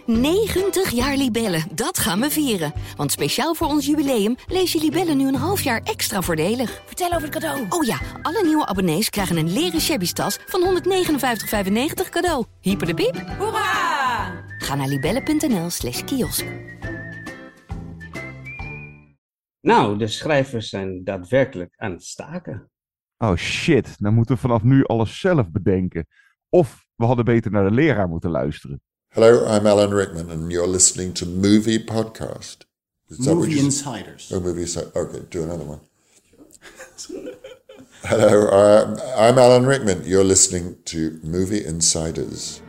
90 jaar Libellen, dat gaan we vieren. Want speciaal voor ons jubileum lees je Libellen nu een half jaar extra voordelig. Vertel over het cadeau. Oh ja, alle nieuwe abonnees krijgen een leren shabby tas van 159,95 cadeau. Hyper de piep. Hoera! Ga naar libellen.nl/kiosk. Nou, de schrijvers zijn daadwerkelijk aan het staken. Oh shit, dan moeten we vanaf nu alles zelf bedenken. Of we hadden beter naar de leraar moeten luisteren. Hello, I'm Alan Rickman, and you're listening to Movie Podcast. Is that what Movie you Insiders. Oh, Movie Insiders. Okay, do another one. Hello, I'm Alan Rickman. You're listening to Movie Insiders.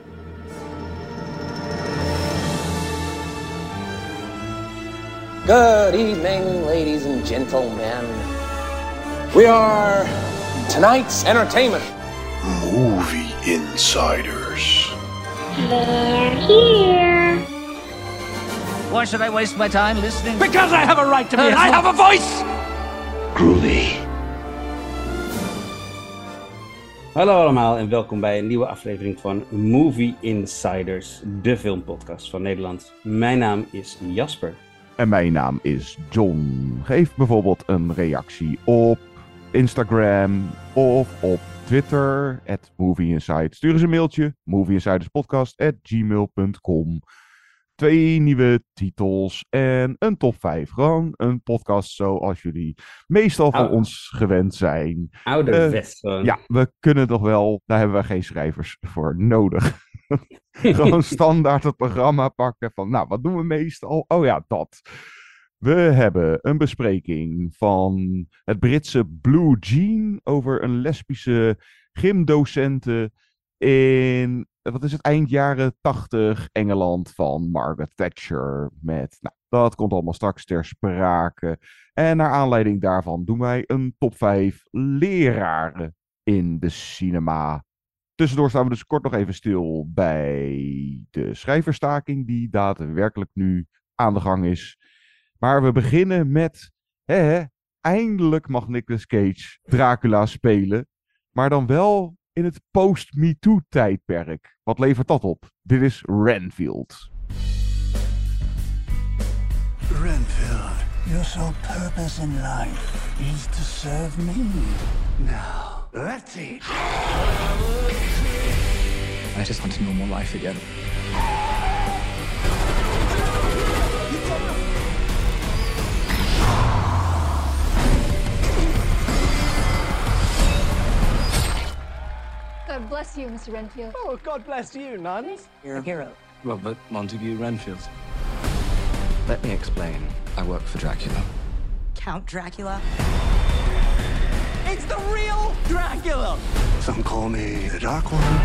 Good evening, ladies and gentlemen. We are tonight's entertainment. Movie Insiders. They're here. Why should I waste my time listening? Because I have a right to be. I have a voice. Groovy. Hallo allemaal en welkom bij een nieuwe aflevering van Movie Insiders, de filmpodcast van Nederland. Mijn naam is Jasper. En mijn naam is John. Geef bijvoorbeeld een reactie op Instagram of op Twitter, @movieinsight. Stuur eens een mailtje, movieinsiderspodcast@gmail.com. 2 nieuwe titels en een top 5. Gewoon een podcast zoals jullie meestal van ons gewend zijn. Ouderwets. Ja, we kunnen toch wel, daar hebben we geen schrijvers voor nodig. Gewoon standaard het programma pakken van, nou, wat doen we meestal? Oh ja, dat. We hebben een bespreking van het Britse Blue Jean over een lesbische gymdocente in, wat is het, eind jaren 80 Engeland van Margaret Thatcher. Dat komt allemaal straks ter sprake. En naar aanleiding daarvan doen wij een top 5 leraren in de cinema. Tussendoor staan we dus kort nog even stil bij de schrijverstaking die daadwerkelijk nu aan de gang is. Maar we beginnen met, eindelijk mag Nicolas Cage Dracula spelen, maar dan wel in het post-MeToo-tijdperk. Wat levert dat op? Dit is Renfield. Renfield, your sole purpose in life is to serve me. Now, let's eat. I just want a normal life again. God bless you, Mr. Renfield. Oh, God bless you, nuns. You're a hero. Robert Montague Renfield. Let me explain. I work for Dracula. Count Dracula? It's the real Dracula! Some call me the Dark One.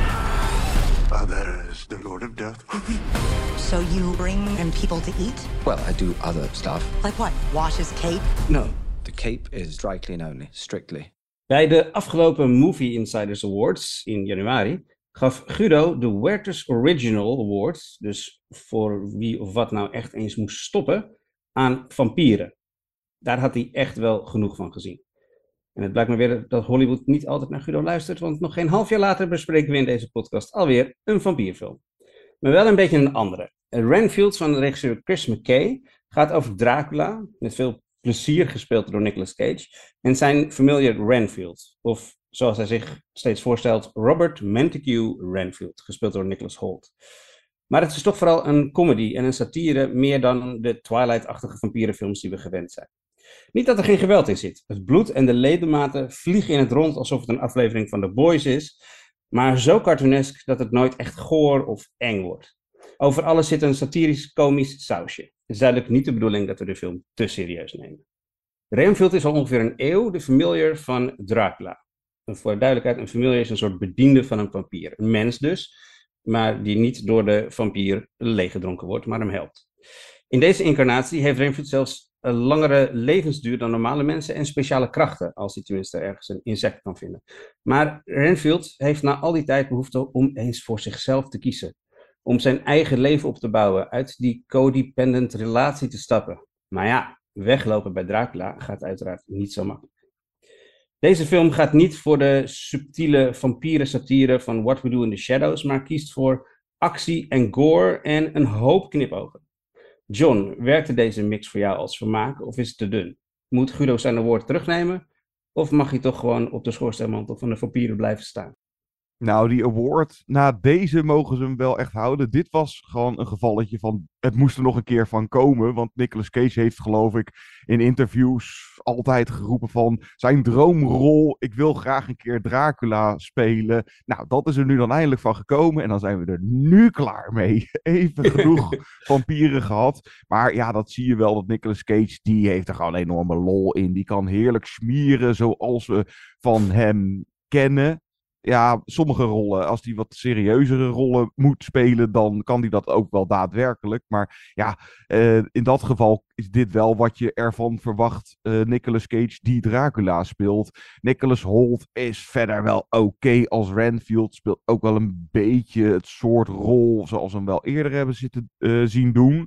Others, the Lord of Death. So you bring in people to eat? Well, I do other stuff. Like what? Wash his cape? No, the cape is dry clean only, strictly. Bij de afgelopen Movie Insiders Awards in januari gaf Guido de Werther's Original Award, dus voor wie of wat nou echt eens moest stoppen, aan vampieren. Daar had hij echt wel genoeg van gezien. En het blijkt me weer dat Hollywood niet altijd naar Guido luistert, want nog geen half jaar later bespreken we in deze podcast alweer een vampierfilm. Maar wel een beetje een andere. Renfield van de regisseur Chris McKay gaat over Dracula, met veel plezier gespeeld door Nicolas Cage, en zijn familie Renfield, of zoals hij zich steeds voorstelt, Robert Montague Renfield, gespeeld door Nicholas Hoult. Maar het is toch vooral een comedy en een satire, meer dan de Twilight-achtige vampierenfilms die we gewend zijn. Niet dat er geen geweld in zit. Het bloed en de ledematen vliegen in het rond alsof het een aflevering van The Boys is, maar zo cartoonesk dat het nooit echt goor of eng wordt. Over alles zit een satirisch-komisch sausje. Het is duidelijk niet de bedoeling dat we de film te serieus nemen. Renfield is al ongeveer een eeuw de familiar van Dracula. En voor de duidelijkheid, een familiar is een soort bediende van een vampier. Een mens dus, maar die niet door de vampier leeggedronken wordt, maar hem helpt. In deze incarnatie heeft Renfield zelfs een langere levensduur dan normale mensen en speciale krachten, als hij tenminste ergens een insect kan vinden. Maar Renfield heeft na al die tijd behoefte om eens voor zichzelf te kiezen. Om zijn eigen leven op te bouwen, uit die codependent relatie te stappen. Maar ja, weglopen bij Dracula gaat uiteraard niet zo makkelijk. Deze film gaat niet voor de subtiele vampieren satire van What We Do in the Shadows, maar kiest voor actie en gore en een hoop knipogen. John, werkte deze mix voor jou als vermaak of is het te dun? Moet Guido zijn woord terugnemen? Of mag hij toch gewoon op de schoorsteenmantel van de vampieren blijven staan? Nou, die award, na deze mogen ze hem wel echt houden. Dit was gewoon een gevalletje van, het moest er nog een keer van komen. Want Nicolas Cage heeft, geloof ik, in interviews altijd geroepen van zijn droomrol. Ik wil graag een keer Dracula spelen. Nou, dat is er nu dan eindelijk van gekomen. En dan zijn we er nu klaar mee. Even genoeg vampieren gehad. Maar ja, dat zie je wel, dat Nicolas Cage, die heeft er gewoon een enorme lol in. Die kan heerlijk smieren zoals we van hem kennen. Ja, sommige rollen, als hij wat serieuzere rollen moet spelen, dan kan hij dat ook wel daadwerkelijk. Maar ja, in dat geval is dit wel wat je ervan verwacht. Nicolas Cage die Dracula speelt. Nicholas Hoult is verder wel oké als Renfield. Speelt ook wel een beetje het soort rol zoals we hem wel eerder hebben zien doen.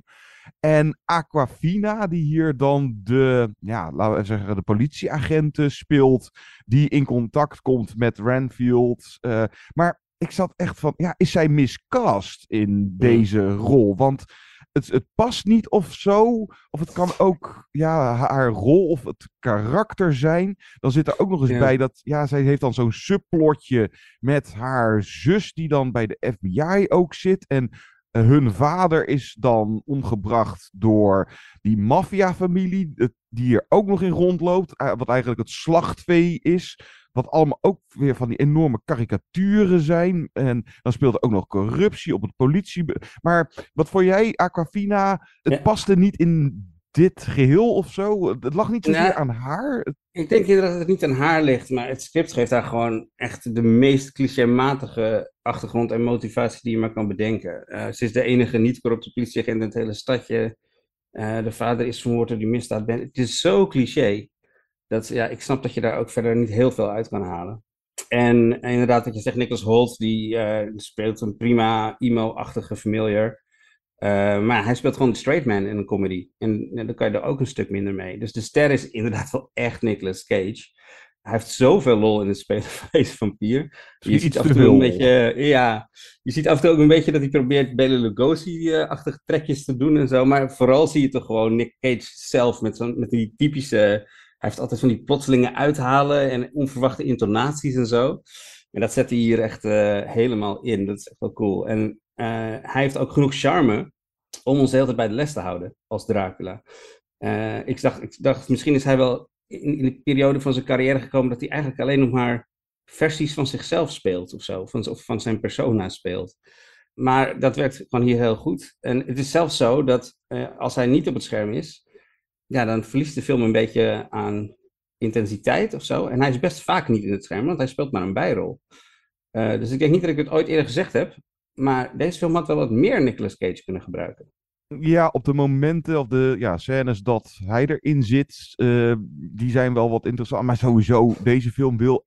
En Awkwafina, die hier dan laten we zeggen, de politieagent speelt, die in contact komt met Renfield. Maar ik zat echt van, ja, is zij miscast in deze rol? Want het past niet of zo. Of het kan ook haar rol of het karakter zijn. Dan zit er ook nog eens bij dat, zij heeft dan zo'n subplotje met haar zus, die dan bij de FBI ook zit. En hun vader is dan omgebracht door die maffiafamilie, die er ook nog in rondloopt. Wat eigenlijk het slachtvee is. Wat allemaal ook weer van die enorme karikaturen zijn. En dan speelt er ook nog corruptie op het politie. Maar wat vond jij, Awkwafina? Het paste niet in dit geheel of zo? Het lag niet zozeer aan haar? Ik denk inderdaad dat het niet aan haar ligt, maar het script geeft haar gewoon echt de meest clichématige achtergrond en motivatie die je maar kan bedenken. Ze is de enige niet-corrupte politieagent in het hele stadje. De vader is vermoord door die misdaad. Het is zo cliché. Dat, ik snap dat je daar ook verder niet heel veel uit kan halen. En inderdaad, wat je zegt, Nicholas Hoult, die speelt een prima emo-achtige familiar. Maar hij speelt gewoon de straight man in een comedy. En dan kan je er ook een stuk minder mee. Dus de ster is inderdaad wel echt Nicolas Cage. Hij heeft zoveel lol in het spelen van deze vampier. Je ziet af en toe een beetje, je ziet af en toe ook een beetje dat hij probeert Bela Lugosi-achtige trekjes te doen en zo. Maar vooral zie je toch gewoon Nick Cage zelf met die typische. Hij heeft altijd van die plotselinge uithalen en onverwachte intonaties en zo. En dat zet hij hier echt helemaal in. Dat is echt wel cool. En hij heeft ook genoeg charme om ons de hele tijd bij de les te houden als Dracula. Ik dacht, misschien is hij wel in de periode van zijn carrière gekomen dat hij eigenlijk alleen nog maar versies van zichzelf speelt of zo. Of van zijn persona speelt. Maar dat werkt gewoon hier heel goed. En het is zelfs zo dat als hij niet op het scherm is, dan verliest de film een beetje aan intensiteit of zo. En hij is best vaak niet in het scherm, want hij speelt maar een bijrol. Dus ik denk niet dat ik het ooit eerder gezegd heb. Maar deze film had wel wat meer Nicolas Cage kunnen gebruiken. Ja, op de momenten of de scènes dat hij erin zit, die zijn wel wat interessant. Maar sowieso, deze film wil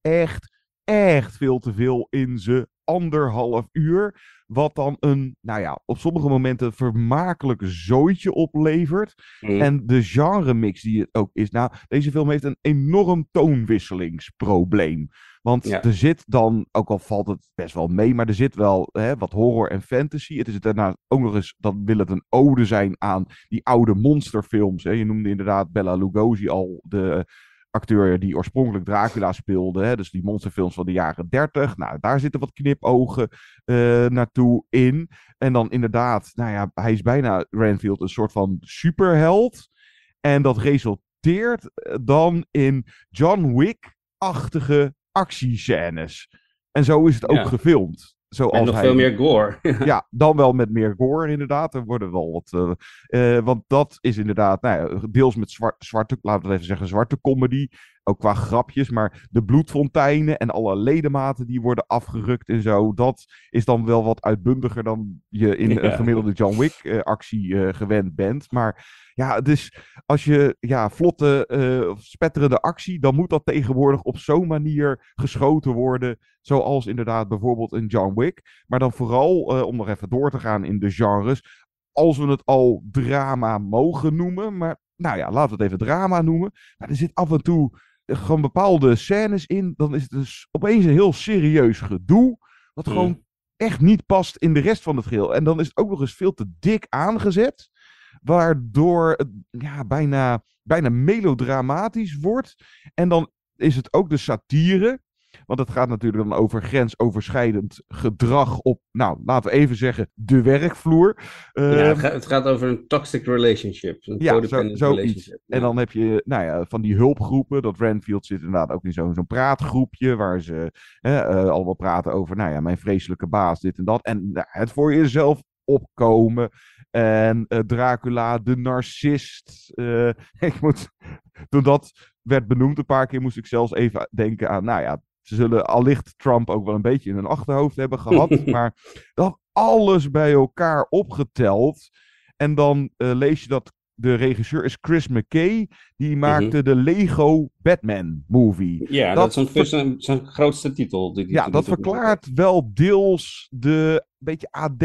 echt veel te veel in zijn 1,5 uur. Wat dan een, op sommige momenten vermakelijk zooitje oplevert. En de genremix die het ook is. Nou, deze film heeft een enorm toonwisselingsprobleem. Want er zit dan, ook al valt het best wel mee, maar er zit wel wat horror en fantasy. Het is daarna ook nog eens, dan wil het een ode zijn aan die oude monsterfilms. Je noemde inderdaad Bela Lugosi al, de acteur die oorspronkelijk Dracula speelde. Dus die monsterfilms van de jaren 30. Nou, daar zitten wat knipogen naartoe in. En dan inderdaad, hij is bijna Renfield een soort van superheld. En dat resulteert dan in John Wick-achtige actiescènes. En zo is het ook gefilmd. En nog veel meer gore. Ja, dan wel met meer gore inderdaad. Er worden wel wat. Want dat is inderdaad deels met zwarte, laten we even zeggen, zwarte comedy. Ook qua grapjes. Maar de bloedfonteinen en alle ledematen die worden afgerukt en zo. Dat is dan wel wat uitbundiger dan je in een gemiddelde John Wick actie gewend bent. Maar dus als je vlotte, spetterende actie, dan moet dat tegenwoordig op zo'n manier geschoten worden. Zoals inderdaad bijvoorbeeld een John Wick. Maar dan vooral, om nog even door te gaan in de genres, als we het al drama mogen noemen. Maar laten we het even drama noemen. Maar er zit af en toe gewoon bepaalde scènes in. Dan is het dus opeens een heel serieus gedoe. Wat gewoon echt niet past in de rest van het geheel. En dan is het ook nog eens veel te dik aangezet, waardoor het bijna melodramatisch wordt. En dan is het ook de satire. Want het gaat natuurlijk dan over grensoverschrijdend gedrag op, laten we even zeggen, de werkvloer. Het gaat over een toxic relationship. Een codependent relationship. En dan heb je van die hulpgroepen. Dat Renfield zit inderdaad ook in zo'n praatgroepje. Waar ze allemaal praten over, mijn vreselijke baas, dit en dat. En het voor jezelf opkomen. En Dracula, de narcist. Toen dat werd benoemd een paar keer, moest ik zelfs even denken aan, ze zullen allicht Trump ook wel een beetje in hun achterhoofd hebben gehad. Maar dat alles bij elkaar opgeteld. En dan lees je dat de regisseur is Chris McKay. Die maakte de Lego Batman movie. Ja, dat is zijn grootste titel. Dat verklaart wel deels de beetje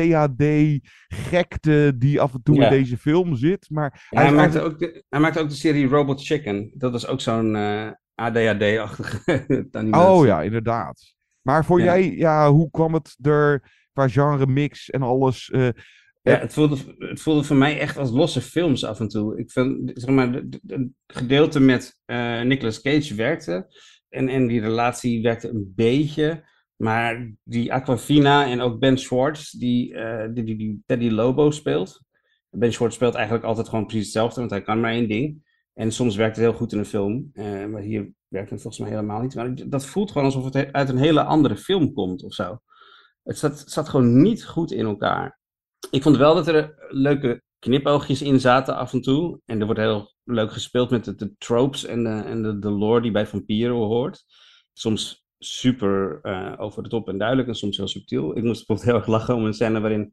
ADHD-gekte die af en toe in deze film zit. Maar hij maakte ook de serie Robot Chicken. Dat is ook zo'n ADHD-achtige animatie. Oh ja, inderdaad. Maar voor jij, hoe kwam het er qua genre mix en alles? Het voelde voor mij echt als losse films af en toe. Ik vind, zeg maar, het gedeelte met Nicolas Cage werkte. En die relatie werkte een beetje. Maar die Awkwafina en ook Ben Schwartz, die Teddy Lobo speelt. Ben Schwartz speelt eigenlijk altijd gewoon precies hetzelfde, want hij kan maar één ding. En soms werkt het heel goed in een film. Maar hier werkt het volgens mij helemaal niet. Maar dat voelt gewoon alsof het uit een hele andere film komt of zo. Het zat gewoon niet goed in elkaar. Ik vond wel dat er leuke knipoogjes in zaten af en toe. En er wordt heel leuk gespeeld met de tropes en de lore die bij vampieren hoort. Soms super over de top en duidelijk en soms heel subtiel. Ik moest bijvoorbeeld heel erg lachen om een scène waarin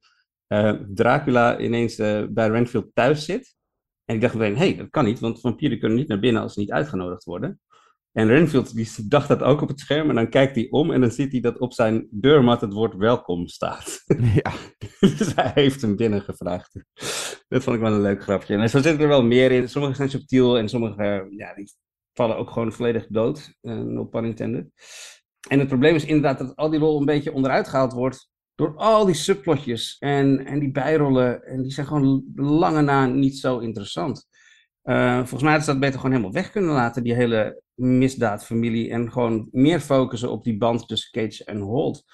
Dracula ineens bij Renfield thuis zit. En ik dacht meteen, dat kan niet, want vampieren kunnen niet naar binnen als ze niet uitgenodigd worden. En Renfield die dacht dat ook op het scherm en dan kijkt hij om en dan ziet hij dat op zijn deurmat het woord welkom staat. Ja. Dus hij heeft hem binnengevraagd. Dat vond ik wel een leuk grapje. En zo zit er wel meer in. Sommige zijn subtiel en sommige die vallen ook gewoon volledig dood. No pun intended. En het probleem is inderdaad dat al die rol een beetje onderuit gehaald wordt door al die subplotjes en die bijrollen. En die zijn gewoon lange na niet zo interessant. Volgens mij hadden ze dat beter gewoon helemaal weg kunnen laten, die hele misdaadfamilie. En gewoon meer focussen op die band tussen Cage en Holt.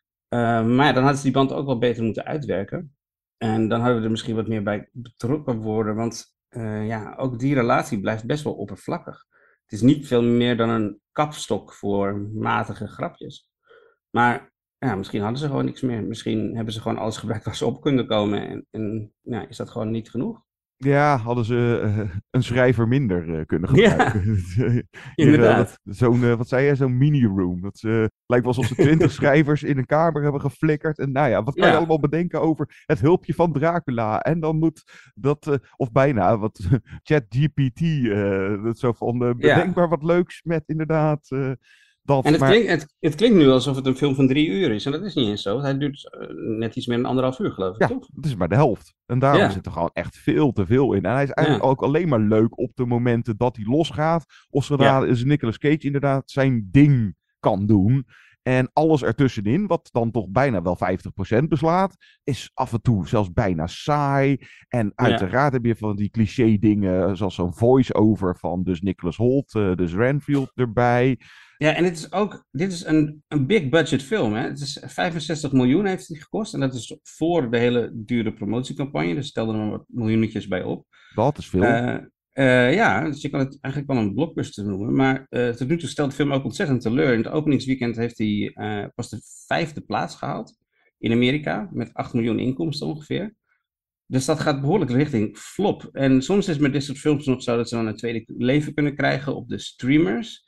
Maar dan hadden ze die band ook wel beter moeten uitwerken. En dan hadden we er misschien wat meer bij betrokken worden. Want ook die relatie blijft best wel oppervlakkig. Het is niet veel meer dan een kapstok voor matige grapjes. Maar misschien hadden ze gewoon niks meer. Misschien hebben ze gewoon alles gebruikt waar ze op kunnen komen. En is dat gewoon niet genoeg? Ja, hadden ze een schrijver minder kunnen gebruiken. Ja, inderdaad. Wat zei je? Zo'n mini-room. Dat lijkt wel alsof ze 20 schrijvers in een kamer hebben geflikkerd. En wat kan je allemaal bedenken over het hulpje van Dracula? En dan moet dat, of bijna, wat ChatGPT, dat zo van, bedenk maar wat leuks met inderdaad... En het klinkt nu alsof het een film van 3 uur is. En dat is niet eens zo. Hij duurt net iets meer dan 1,5 uur, geloof ik. Ja, toch? het is maar de helft. En daarom zit er gewoon echt veel te veel in. En hij is eigenlijk ook alleen maar leuk op de momenten dat hij losgaat. Of zodra Nicolas Cage inderdaad zijn ding kan doen. En alles ertussenin, wat dan toch bijna wel 50% beslaat, is af en toe zelfs bijna saai. En uiteraard heb je van die cliché dingen, zoals zo'n voice-over van dus Nicholas Hoult, dus Renfield erbij. Ja, en dit is een big budget film. Hè? Het is 65 miljoen heeft het gekost. En dat is voor de hele dure promotiecampagne. Dus stel er maar wat miljoenetjes bij op. Dat is veel. Dus je kan het eigenlijk wel een blockbuster noemen. Maar tot nu toe stelt de film ook ontzettend teleur. In het openingsweekend heeft hij pas de 5e plaats gehaald in Amerika. Met 8 miljoen inkomsten ongeveer. Dus dat gaat behoorlijk richting flop. En soms is het met dit soort films nog zo dat ze dan een tweede leven kunnen krijgen op de streamers.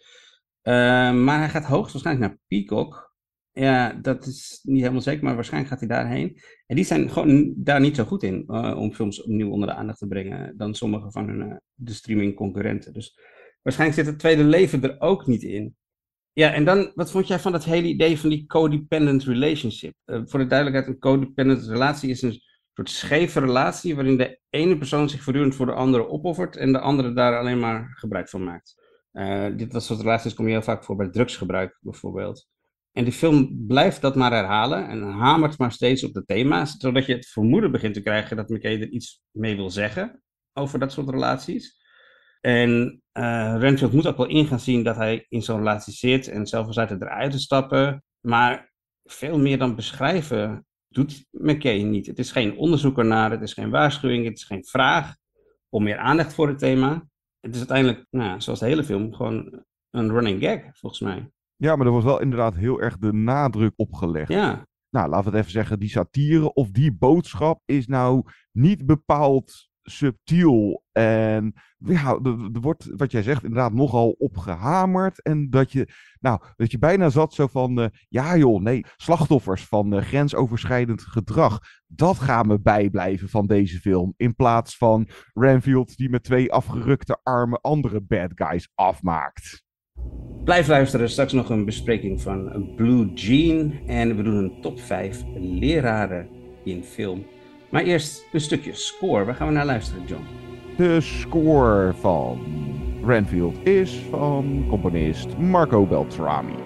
Maar hij gaat hoogstwaarschijnlijk naar Peacock. Ja, dat is niet helemaal zeker, maar waarschijnlijk gaat hij daarheen. En die zijn gewoon daar niet zo goed in om films opnieuw onder de aandacht te brengen dan sommige van hun de streaming concurrenten. Dus waarschijnlijk zit het tweede leven er ook niet in. Ja, en dan, wat vond jij van dat hele idee van die codependent relationship? Voor de duidelijkheid, een codependent relatie is een soort scheve relatie waarin de ene persoon zich voortdurend voor de andere opoffert en de andere daar alleen maar gebruik van maakt. Dat soort relaties kom je heel vaak voor bij drugsgebruik bijvoorbeeld. En die film blijft dat maar herhalen en hamert maar steeds op de thema's, zodat je het vermoeden begint te krijgen dat McKay er iets mee wil zeggen over dat soort relaties. En Renfield moet ook wel in gaan zien dat hij in zo'n relatie zit en zelf eens eruit te stappen. Maar veel meer dan beschrijven doet McKay niet. Het is geen onderzoek ernaar, het is geen waarschuwing, het is geen vraag om meer aandacht voor het thema. Het is uiteindelijk, zoals de hele film, gewoon een running gag, volgens mij. Ja, maar er wordt wel inderdaad heel erg de nadruk opgelegd. Ja. Nou, laten we het even zeggen, die satire of die boodschap is nou niet bepaald subtiel. En ja, er wordt, wat jij zegt, inderdaad nogal op gehamerd. En dat je bijna zat zo van, ja joh, nee, slachtoffers van grensoverschrijdend gedrag. Dat gaan me bijblijven van deze film. In plaats van Renfield die met 2 afgerukte armen andere bad guys afmaakt. Blijf luisteren, straks nog een bespreking van Blue Jean. En we doen een top 5 leraren in film. Maar eerst een stukje score. Waar gaan we naar luisteren, John? De score van Renfield is van componist Marco Beltrami.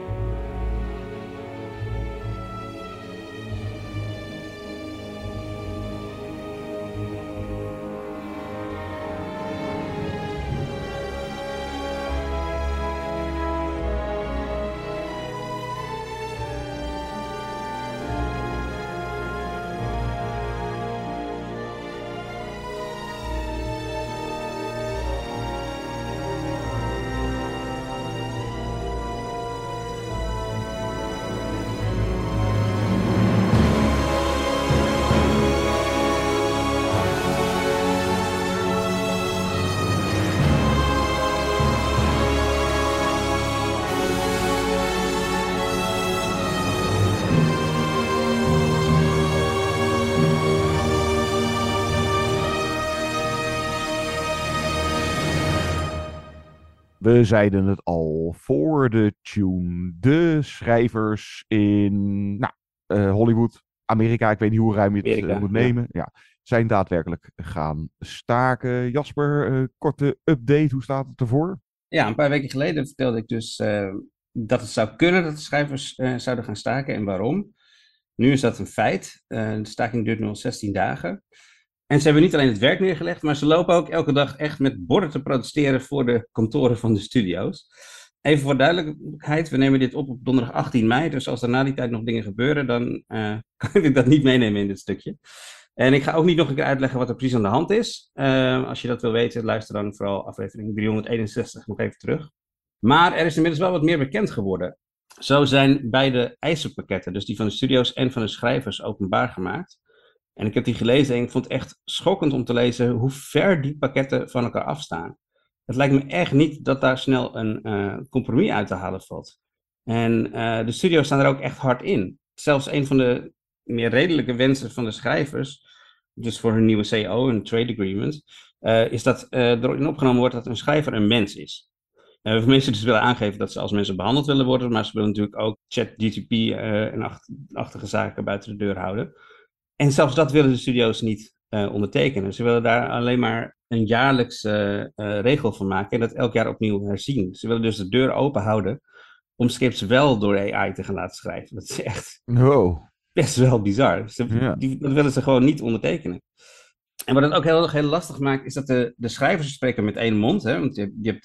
We zeiden het al voor de tune. De schrijvers in Hollywood, Amerika, ik weet niet hoe ruim je het moet nemen, zijn daadwerkelijk gaan staken. Jasper, korte update, hoe staat het ervoor? Ja, een paar weken geleden vertelde ik dus dat het zou kunnen dat de schrijvers zouden gaan staken en waarom. Nu is dat een feit. De staking duurt nu al 16 dagen. En ze hebben niet alleen het werk neergelegd, maar ze lopen ook elke dag echt met borden te protesteren voor de kantoren van de studio's. Even voor duidelijkheid, we nemen dit op donderdag 18 mei, dus als er na die tijd nog dingen gebeuren, dan kan ik dat niet meenemen in dit stukje. En ik ga ook niet nog een keer uitleggen wat er precies aan de hand is. Als je dat wil weten, luister dan vooral aflevering 361 nog even terug. Maar er is inmiddels wel wat meer bekend geworden. Zo zijn beide eisenpakketten, dus die van de studio's en van de schrijvers, openbaar gemaakt. En ik heb die gelezen en ik vond het echt schokkend om te lezen hoe ver die pakketten van elkaar afstaan. Het lijkt me echt niet dat daar snel een compromis uit te halen valt. En de studio's staan er ook echt hard in. Zelfs een van de meer redelijke wensen van de schrijvers, dus voor hun nieuwe CO, een trade agreement, is dat erin opgenomen wordt dat een schrijver een mens is. Voor mensen dus willen aangeven dat ze als mensen behandeld willen worden, maar ze willen natuurlijk ook ChatGPT en achtige zaken buiten de deur houden. En zelfs dat willen de studio's niet ondertekenen. Ze willen daar alleen maar een jaarlijkse regel van maken en dat elk jaar opnieuw herzien. Ze willen dus de deur open houden om scripts wel door AI te gaan laten schrijven. Dat is echt best wel bizar. Dat willen ze gewoon niet ondertekenen. En wat het ook heel lastig maakt, is dat de schrijvers spreken met één mond. Hè? Want je hebt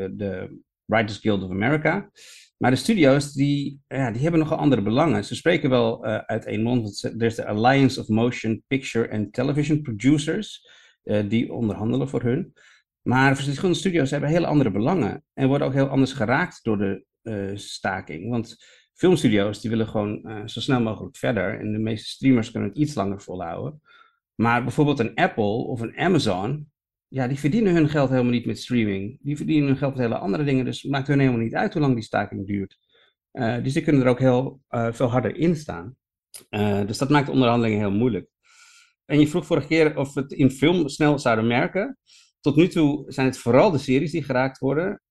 de Writers Guild of America. Maar de studio's, die hebben nogal andere belangen. Ze spreken wel uit één mond. Want er is de Alliance of Motion Picture and Television Producers. Die onderhandelen voor hun. Maar verschillende studio's hebben hele andere belangen. En worden ook heel anders geraakt door de staking. Want filmstudio's die willen gewoon zo snel mogelijk verder. En de meeste streamers kunnen het iets langer volhouden. Maar bijvoorbeeld een Apple of een Amazon, ja, die verdienen hun geld helemaal niet met streaming. Die verdienen hun geld met hele andere dingen, dus het maakt hun helemaal niet uit hoe lang die staking duurt. Dus die kunnen er ook heel veel harder in staan. Dus dat maakt onderhandelingen heel moeilijk. En je vroeg vorige keer of we het in film snel zouden merken. Tot nu toe zijn het vooral de series die geraakt worden.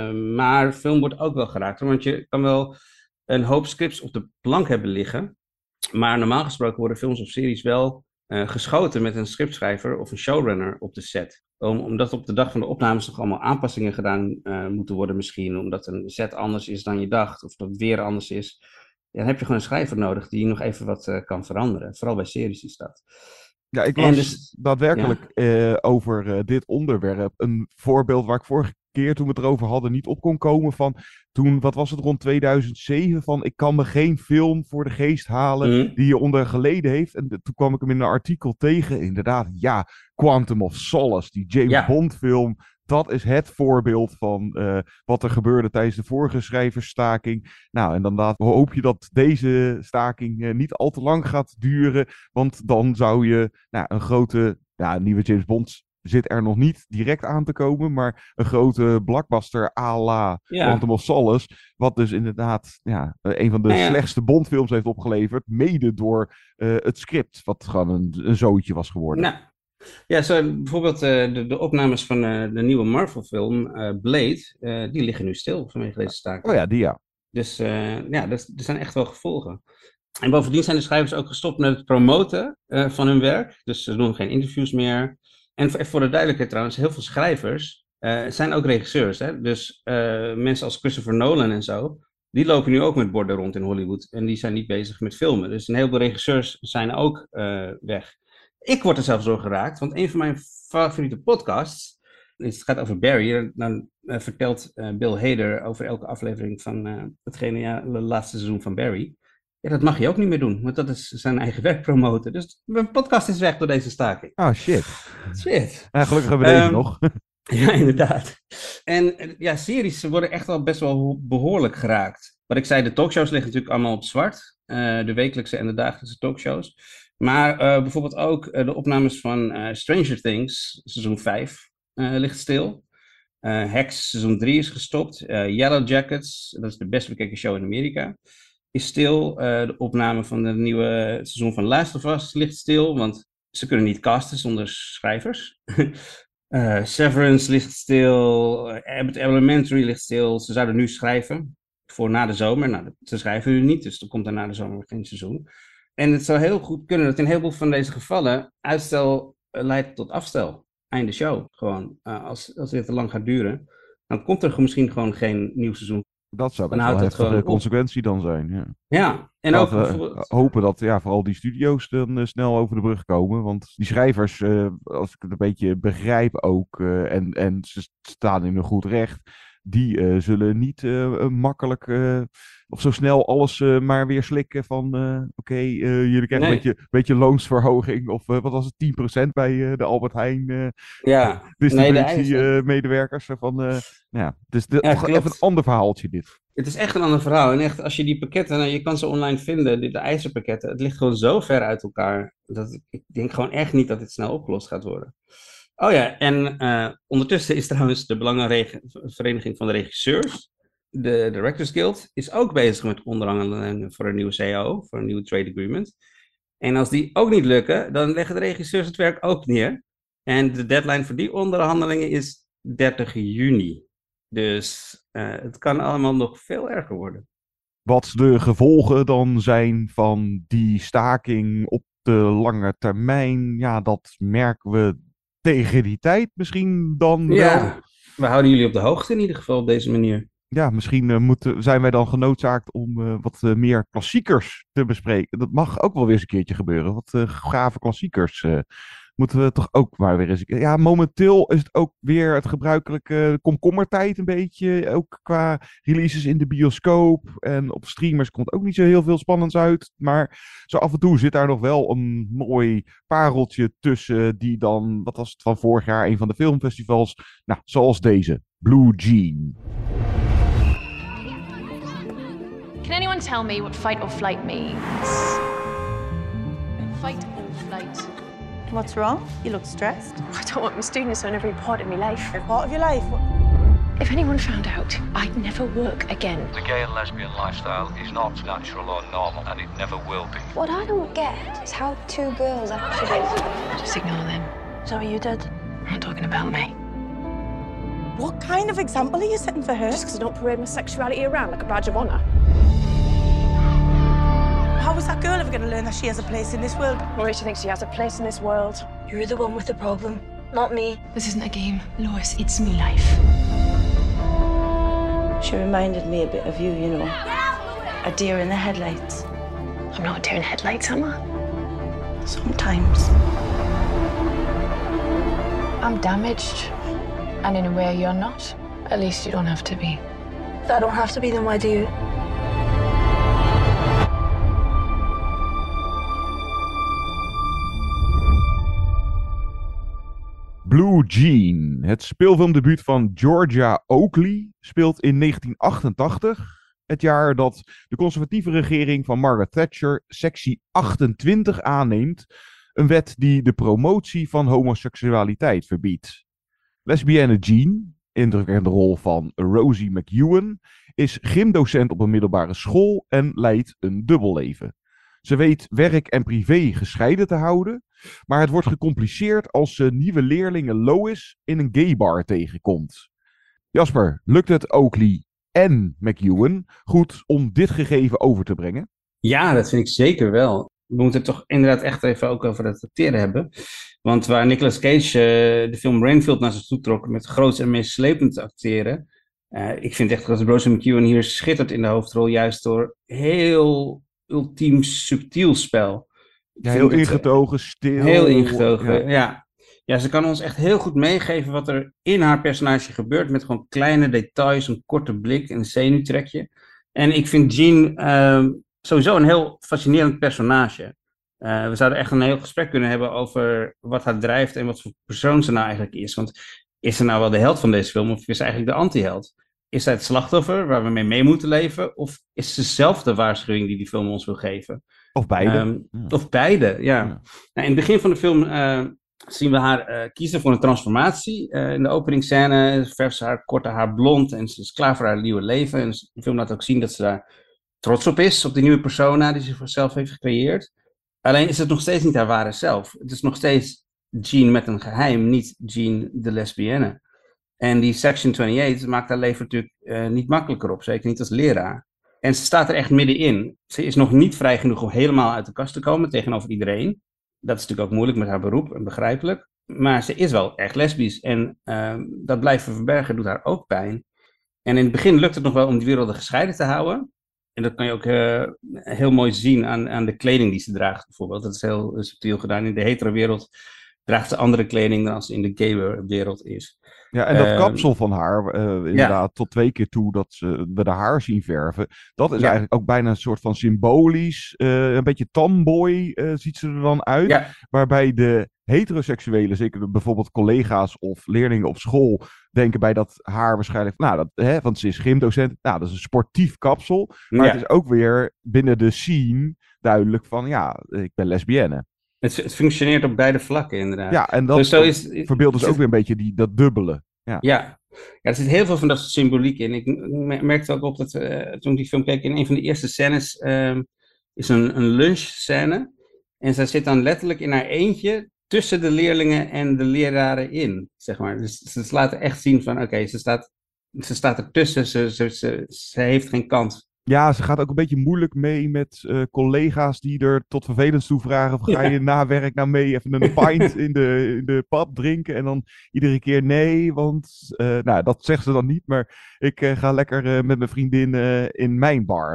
Maar film wordt ook wel geraakt. Want je kan wel een hoop scripts op de plank hebben liggen. Maar normaal gesproken worden films of series wel geschoten met een scriptschrijver of een showrunner op de set. Omdat op de dag van de opnames nog allemaal aanpassingen gedaan moeten worden misschien. Omdat een set anders is dan je dacht. Of dat het weer anders is. Ja, dan heb je gewoon een schrijver nodig die nog even wat kan veranderen. Vooral bij series is dat. Ja, ik las daadwerkelijk over dit onderwerp een voorbeeld waar ik vorige keer toen we het erover hadden niet op kon komen van toen, wat was het, rond 2007 van ik kan me geen film voor de geest halen die hieronder geleden heeft. En toen kwam ik hem in een artikel tegen. Inderdaad, ja, Quantum of Solace, die James Bond film. Dat is het voorbeeld van wat er gebeurde tijdens de vorige schrijversstaking. Nou, en dan hoop je dat deze staking niet al te lang gaat duren. Want dan zou je een grote, nieuwe James Bond zit er nog niet direct aan te komen. Maar een grote blockbuster à la Quantum of Solace. Wat dus inderdaad een van de slechtste Bondfilms heeft opgeleverd. Mede door het script, wat gewoon een zootje was geworden. Nou. Ja, zo bijvoorbeeld de opnames van de nieuwe Marvel-film Blade, die liggen nu stil vanwege deze staking. Oh ja, die ja. Dus er zijn echt wel gevolgen. En bovendien zijn de schrijvers ook gestopt met het promoten van hun werk. Dus ze doen geen interviews meer. En voor de duidelijkheid trouwens, heel veel schrijvers zijn ook regisseurs. Hè? Dus mensen als Christopher Nolan en zo, die lopen nu ook met borden rond in Hollywood. En die zijn niet bezig met filmen. Dus een heleboel regisseurs zijn ook weg. Ik word er zelfs door geraakt, want een van mijn favoriete podcasts, het gaat over Barry, dan vertelt Bill Hader over elke aflevering van het laatste seizoen van Barry. Ja, dat mag je ook niet meer doen, want dat is zijn eigen werk promoten. Dus mijn podcast is weg door deze staking. Oh, shit. Shit. Ja, gelukkig hebben we deze nog. Ja, inderdaad. En series worden echt wel best wel behoorlijk geraakt. Wat ik zei, de talkshows liggen natuurlijk allemaal op zwart. De wekelijkse en de dagelijkse talkshows. Maar bijvoorbeeld ook de opnames van Stranger Things, seizoen 5, ligt stil. Hacks, seizoen 3 is gestopt. Yellow Jackets, dat is de best bekeken show in Amerika, is stil. De opname van het nieuwe seizoen van Last of Us ligt stil, want ze kunnen niet casten zonder schrijvers. Severance ligt stil. Abbott Elementary ligt stil. Ze zouden nu schrijven voor na de zomer. Nou, ze schrijven nu niet, dus er komt er na de zomer geen seizoen. En het zou heel goed kunnen dat in heel veel van deze gevallen uitstel leidt tot afstel. Einde show. Gewoon, als dit te lang gaat duren, dan komt er misschien gewoon geen nieuw seizoen. Dat zou best wel een heftige consequentie dan zijn. Ja, en ook hopen dat vooral die studio's dan snel over de brug komen. Want die schrijvers, als ik het een beetje begrijp ook, en ze staan in een goed recht, die zullen niet makkelijk of zo snel alles maar weer slikken van jullie krijgen een beetje loonsverhoging of wat was het, 10% bij de Albert Heijn distributiemedewerkers. Dus even een ander verhaaltje dit. Het is echt een ander verhaal. En echt, als je die pakketten, je kan ze online vinden, de ijzerpakketten, het ligt gewoon zo ver uit elkaar, dat ik denk gewoon echt niet dat dit snel opgelost gaat worden. Oh ja, en ondertussen is trouwens de Belangenvereniging van de Regisseurs, de Directors Guild, is ook bezig met onderhandelingen voor een nieuwe CAO, voor een nieuwe trade agreement. En als die ook niet lukken, dan leggen de regisseurs het werk ook neer. En de deadline voor die onderhandelingen is 30 juni. Dus het kan allemaal nog veel erger worden. Wat de gevolgen dan zijn van die staking op de lange termijn, dat merken we tegen die tijd misschien dan wel. We houden jullie op de hoogte in ieder geval op deze manier. Ja, misschien zijn wij dan genoodzaakt om wat meer klassiekers te bespreken. Dat mag ook wel weer eens een keertje gebeuren. Wat gave klassiekers moeten we toch ook maar weer eens een keer. Ja, momenteel is het ook weer het gebruikelijke komkommertijd een beetje. Ook qua releases in de bioscoop. En op streamers komt ook niet zo heel veel spannends uit. Maar zo af en toe zit daar nog wel een mooi pareltje tussen. Die dan, wat was het van vorig jaar, een van de filmfestivals. Nou, zoals deze. Blue Jean. Can anyone tell me what fight or flight means? Fight or flight. What's wrong? You look stressed. I don't want my students on every part of my life. Every part of your life? If anyone found out, I'd never work again. The gay and lesbian lifestyle is not natural or normal, and it never will be. What I don't get is how two girls actually... Just ignore them. So are you dead? I'm not talking about me. What kind of example are you setting for her? Just because I don't parade my sexuality around like a badge of honor. How is that girl ever going to learn that she has a place in this world? Mauritia thinks she has a place in this world. You're the one with the problem. Not me. This isn't a game, Lois. It's me life. She reminded me a bit of you, you know. A deer in the headlights. I'm not a deer in headlights, am I? Sometimes. I'm damaged. And in a way you're not. At least you don't have to be. If I don't have to be, then why do you? Blue Jean, het speelfilmdebuut van Georgia Oakley, speelt in 1988. Het jaar dat de conservatieve regering van Margaret Thatcher sectie 28 aanneemt. Een wet die de promotie van homoseksualiteit verbiedt. Lesbienne Jean, indrukwekkende rol van Rosie McEwen, is gymdocent op een middelbare school en leidt een dubbelleven. Ze weet werk en privé gescheiden te houden, maar het wordt gecompliceerd als ze nieuwe leerlinge Lois in een gaybar tegenkomt. Jasper, lukt het Oakley en McEwen goed om dit gegeven over te brengen? Ja, dat vind ik zeker wel. We moeten het toch inderdaad echt even ook over het acteren hebben. Want waar Nicolas Cage de film Renfield naar zich toe trok met groots en meeslepend acteren. Ik vind echt dat Rosie McEwen hier schittert in de hoofdrol, juist door heel ultiem subtiel spel. Ja, heel ingetogen, stil. Heel ingetogen, ja. Ja, ze kan ons echt heel goed meegeven wat er in haar personage gebeurt, met gewoon kleine details, een korte blik, een zenuwtrekje. En ik vind Jean sowieso een heel fascinerend personage. We zouden echt een heel gesprek kunnen hebben over wat haar drijft en wat voor persoon ze nou eigenlijk is. Want is ze nou wel de held van deze film of is ze eigenlijk de anti-held? Is zij het slachtoffer waar we mee moeten leven? Of is ze zelf de waarschuwing die film ons wil geven? Of beide. Of beide, ja. Nou, in het begin van de film zien we haar kiezen voor een transformatie. In de openingsscène verft ze haar korte haar blond en ze is klaar voor haar nieuwe leven. En de film laat ook zien dat ze daar trots op is, op die nieuwe persona die ze voor zichzelf heeft gecreëerd. Alleen is het nog steeds niet haar ware zelf. Het is nog steeds Jean met een geheim, niet Jean de lesbienne. En die Section 28 maakt haar leven natuurlijk niet makkelijker op, zeker niet als leraar. En ze staat er echt middenin. Ze is nog niet vrij genoeg om helemaal uit de kast te komen tegenover iedereen. Dat is natuurlijk ook moeilijk met haar beroep en begrijpelijk. Maar ze is wel echt lesbisch en dat blijven verbergen doet haar ook pijn. En in het begin lukt het nog wel om die werelden gescheiden te houden. En dat kan je ook heel mooi zien aan de kleding die ze draagt bijvoorbeeld. Dat is heel subtiel gedaan. In de hetero wereld draagt ze andere kleding dan als ze in de gay wereld is. Ja, en dat kapsel van haar, inderdaad, tot 2 keer toe dat we de haar zien verven. Dat is eigenlijk ook bijna een soort van symbolisch. Een beetje tomboy ziet ze er dan uit. Ja. Waarbij de heteroseksuelen, zeker bijvoorbeeld collega's of leerlingen op school, denken bij dat haar waarschijnlijk, want ze is gymdocent, dat is een sportief kapsel. Maar het is ook weer binnen de scene duidelijk van, ik ben lesbienne. Het functioneert op beide vlakken, inderdaad. Ja, en dat verbeeldt dus ook weer een beetje dat dubbele. Ja, er zit heel veel van dat soort symboliek in. Ik merkte ook op dat toen ik die film keek, in een van de eerste scènes is een lunchscène. En zij zit dan letterlijk in haar eentje tussen de leerlingen en de leraren in, zeg maar. Dus ze laten echt zien van, oké, ze staat ertussen, ze heeft geen kans. Ja, ze gaat ook een beetje moeilijk mee met collega's die er tot vervelend toe vragen. Of ga je na werk nou mee even een pint in de pub drinken? En dan iedere keer nee, want dat zegt ze dan niet. Maar ik ga lekker met mijn vriendin in mijn bar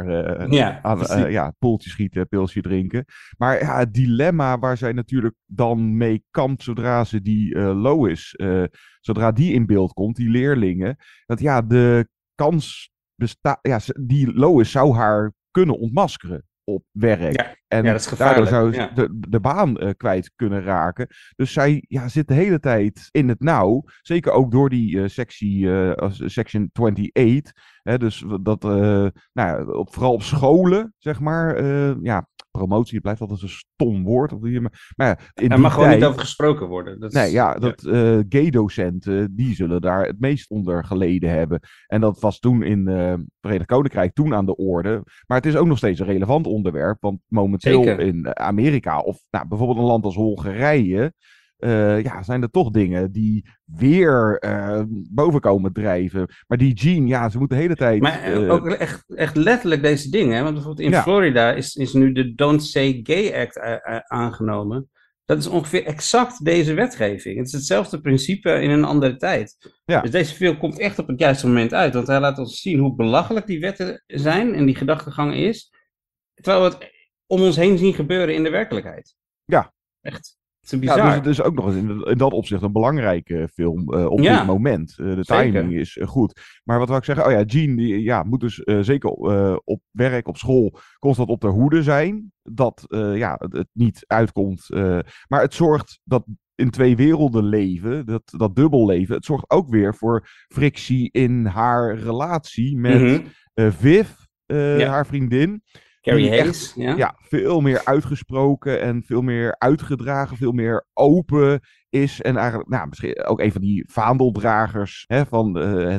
poeltje schieten, pilsje drinken. Maar het dilemma waar zij natuurlijk dan mee kampt zodra ze die Lois, zodra die in beeld komt, die leerlingen. Dat de kans die Lois zou haar kunnen ontmaskeren op werk. En dat is gevaarlijk. Daardoor zou de baan kwijt kunnen raken. Dus zij zit de hele tijd in het nauw. Zeker ook door die Section 28. Dus dat, vooral op scholen, zeg maar. Promotie, het blijft altijd een stom woord. Er mag gewoon niet over gesproken worden. Gay-docenten, die zullen daar het meest onder geleden hebben. En dat was toen in het Verenigd Koninkrijk aan de orde. Maar het is ook nog steeds een relevant onderwerp. Want momenteel in Amerika, of bijvoorbeeld een land als Hongarije, zijn er toch dingen die weer boven komen drijven. Maar die Jean, ze moet de hele tijd... Maar ook echt letterlijk deze dingen. Hè? Want bijvoorbeeld in Florida is nu de Don't Say Gay Act aangenomen. Dat is ongeveer exact deze wetgeving. Het is hetzelfde principe in een andere tijd. Ja. Dus deze film komt echt op het juiste moment uit. Want hij laat ons zien hoe belachelijk die wetten zijn en die gedachtegang is. Terwijl we het om ons heen zien gebeuren in de werkelijkheid. Ja. Echt. Het is bizar. Ja, dus het is ook nog eens in dat opzicht een belangrijke film op dit moment. De timing is goed. Maar wat wil ik zeggen? Oh ja, Jean die, moet dus zeker op werk, op school, constant op de hoede zijn. Dat het niet uitkomt. Maar het zorgt dat in twee werelden leven, dat dubbel leven, het zorgt ook weer voor frictie in haar relatie met Viv, haar vriendin. Carrie Hayes, veel meer uitgesproken en veel meer uitgedragen, veel meer open is. En eigenlijk misschien ook een van die vaandeldragers van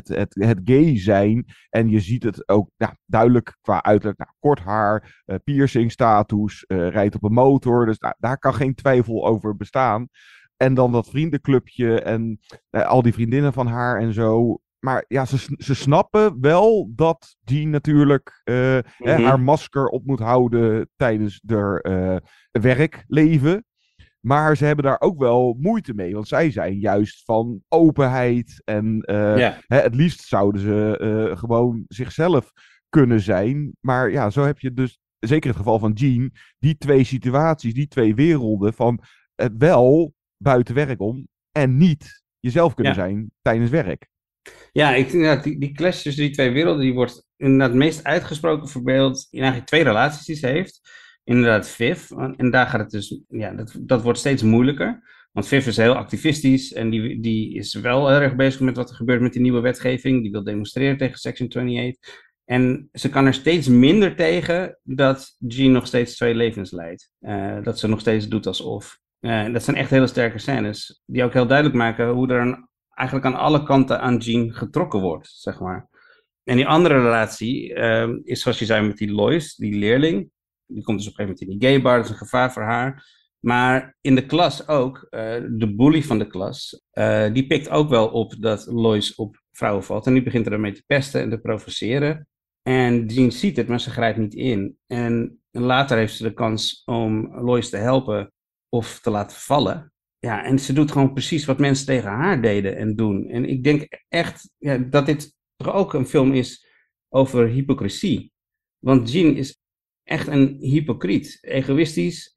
het gay zijn. En je ziet het ook duidelijk qua uiterlijk. Kort haar, piercing status, rijdt op een motor. Dus daar kan geen twijfel over bestaan. En dan dat vriendenclubje en al die vriendinnen van haar en zo. Maar ja, ze snappen wel dat Jean natuurlijk haar masker op moet houden tijdens haar werkleven. Maar ze hebben daar ook wel moeite mee. Want zij zijn juist van openheid. En het liefst zouden ze gewoon zichzelf kunnen zijn. Maar ja, zo heb je dus, zeker in het geval van Jean, die twee situaties, die twee werelden van het wel buiten werk om en niet jezelf kunnen zijn tijdens werk. Ja, ik denk dat die clash tussen die twee werelden, die wordt inderdaad het meest uitgesproken verbeeld in eigenlijk twee relaties die ze heeft. Inderdaad Viv, en daar gaat het dus, dat wordt steeds moeilijker. Want Viv is heel activistisch en die is wel heel erg bezig met wat er gebeurt met die nieuwe wetgeving. Die wil demonstreren tegen Section 28. En ze kan er steeds minder tegen dat Jean nog steeds twee levens leidt. Dat ze nog steeds doet alsof. Dat zijn echt hele sterke scènes, die ook heel duidelijk maken hoe er eigenlijk aan alle kanten aan Jean getrokken wordt, zeg maar. En die andere relatie is, zoals je zei, met die Lois, die leerling. Die komt dus op een gegeven moment in die gaybar, dat is een gevaar voor haar. Maar in de klas ook, de bully van de klas, die pikt ook wel op dat Lois op vrouwen valt. En die begint er daarmee te pesten en te provoceren. En Jean ziet het, maar ze grijpt niet in. En later heeft ze de kans om Lois te helpen of te laten vallen. Ja, en ze doet gewoon precies wat mensen tegen haar deden en doen. En ik denk echt dat dit toch ook een film is over hypocrisie. Want Jean is echt een hypocriet. Egoïstisch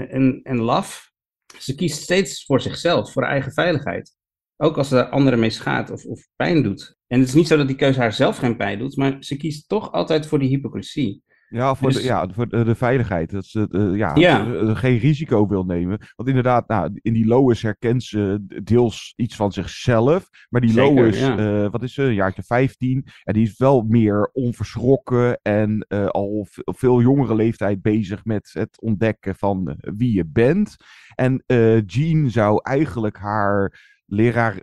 en laf. Ze kiest steeds voor zichzelf, voor haar eigen veiligheid. Ook als ze anderen mee schaadt of pijn doet. En het is niet zo dat die keuze haar zelf geen pijn doet, maar ze kiest toch altijd voor die hypocrisie. Ja, voor de veiligheid. Dat ze geen risico wil nemen. Want inderdaad, in die Lois herkent ze deels iets van zichzelf. Maar die zeker, Lois, wat is ze, een jaartje 15. En die is wel meer onverschrokken. En al veel jongere leeftijd bezig met het ontdekken van wie je bent. En Jean zou eigenlijk haar leraar,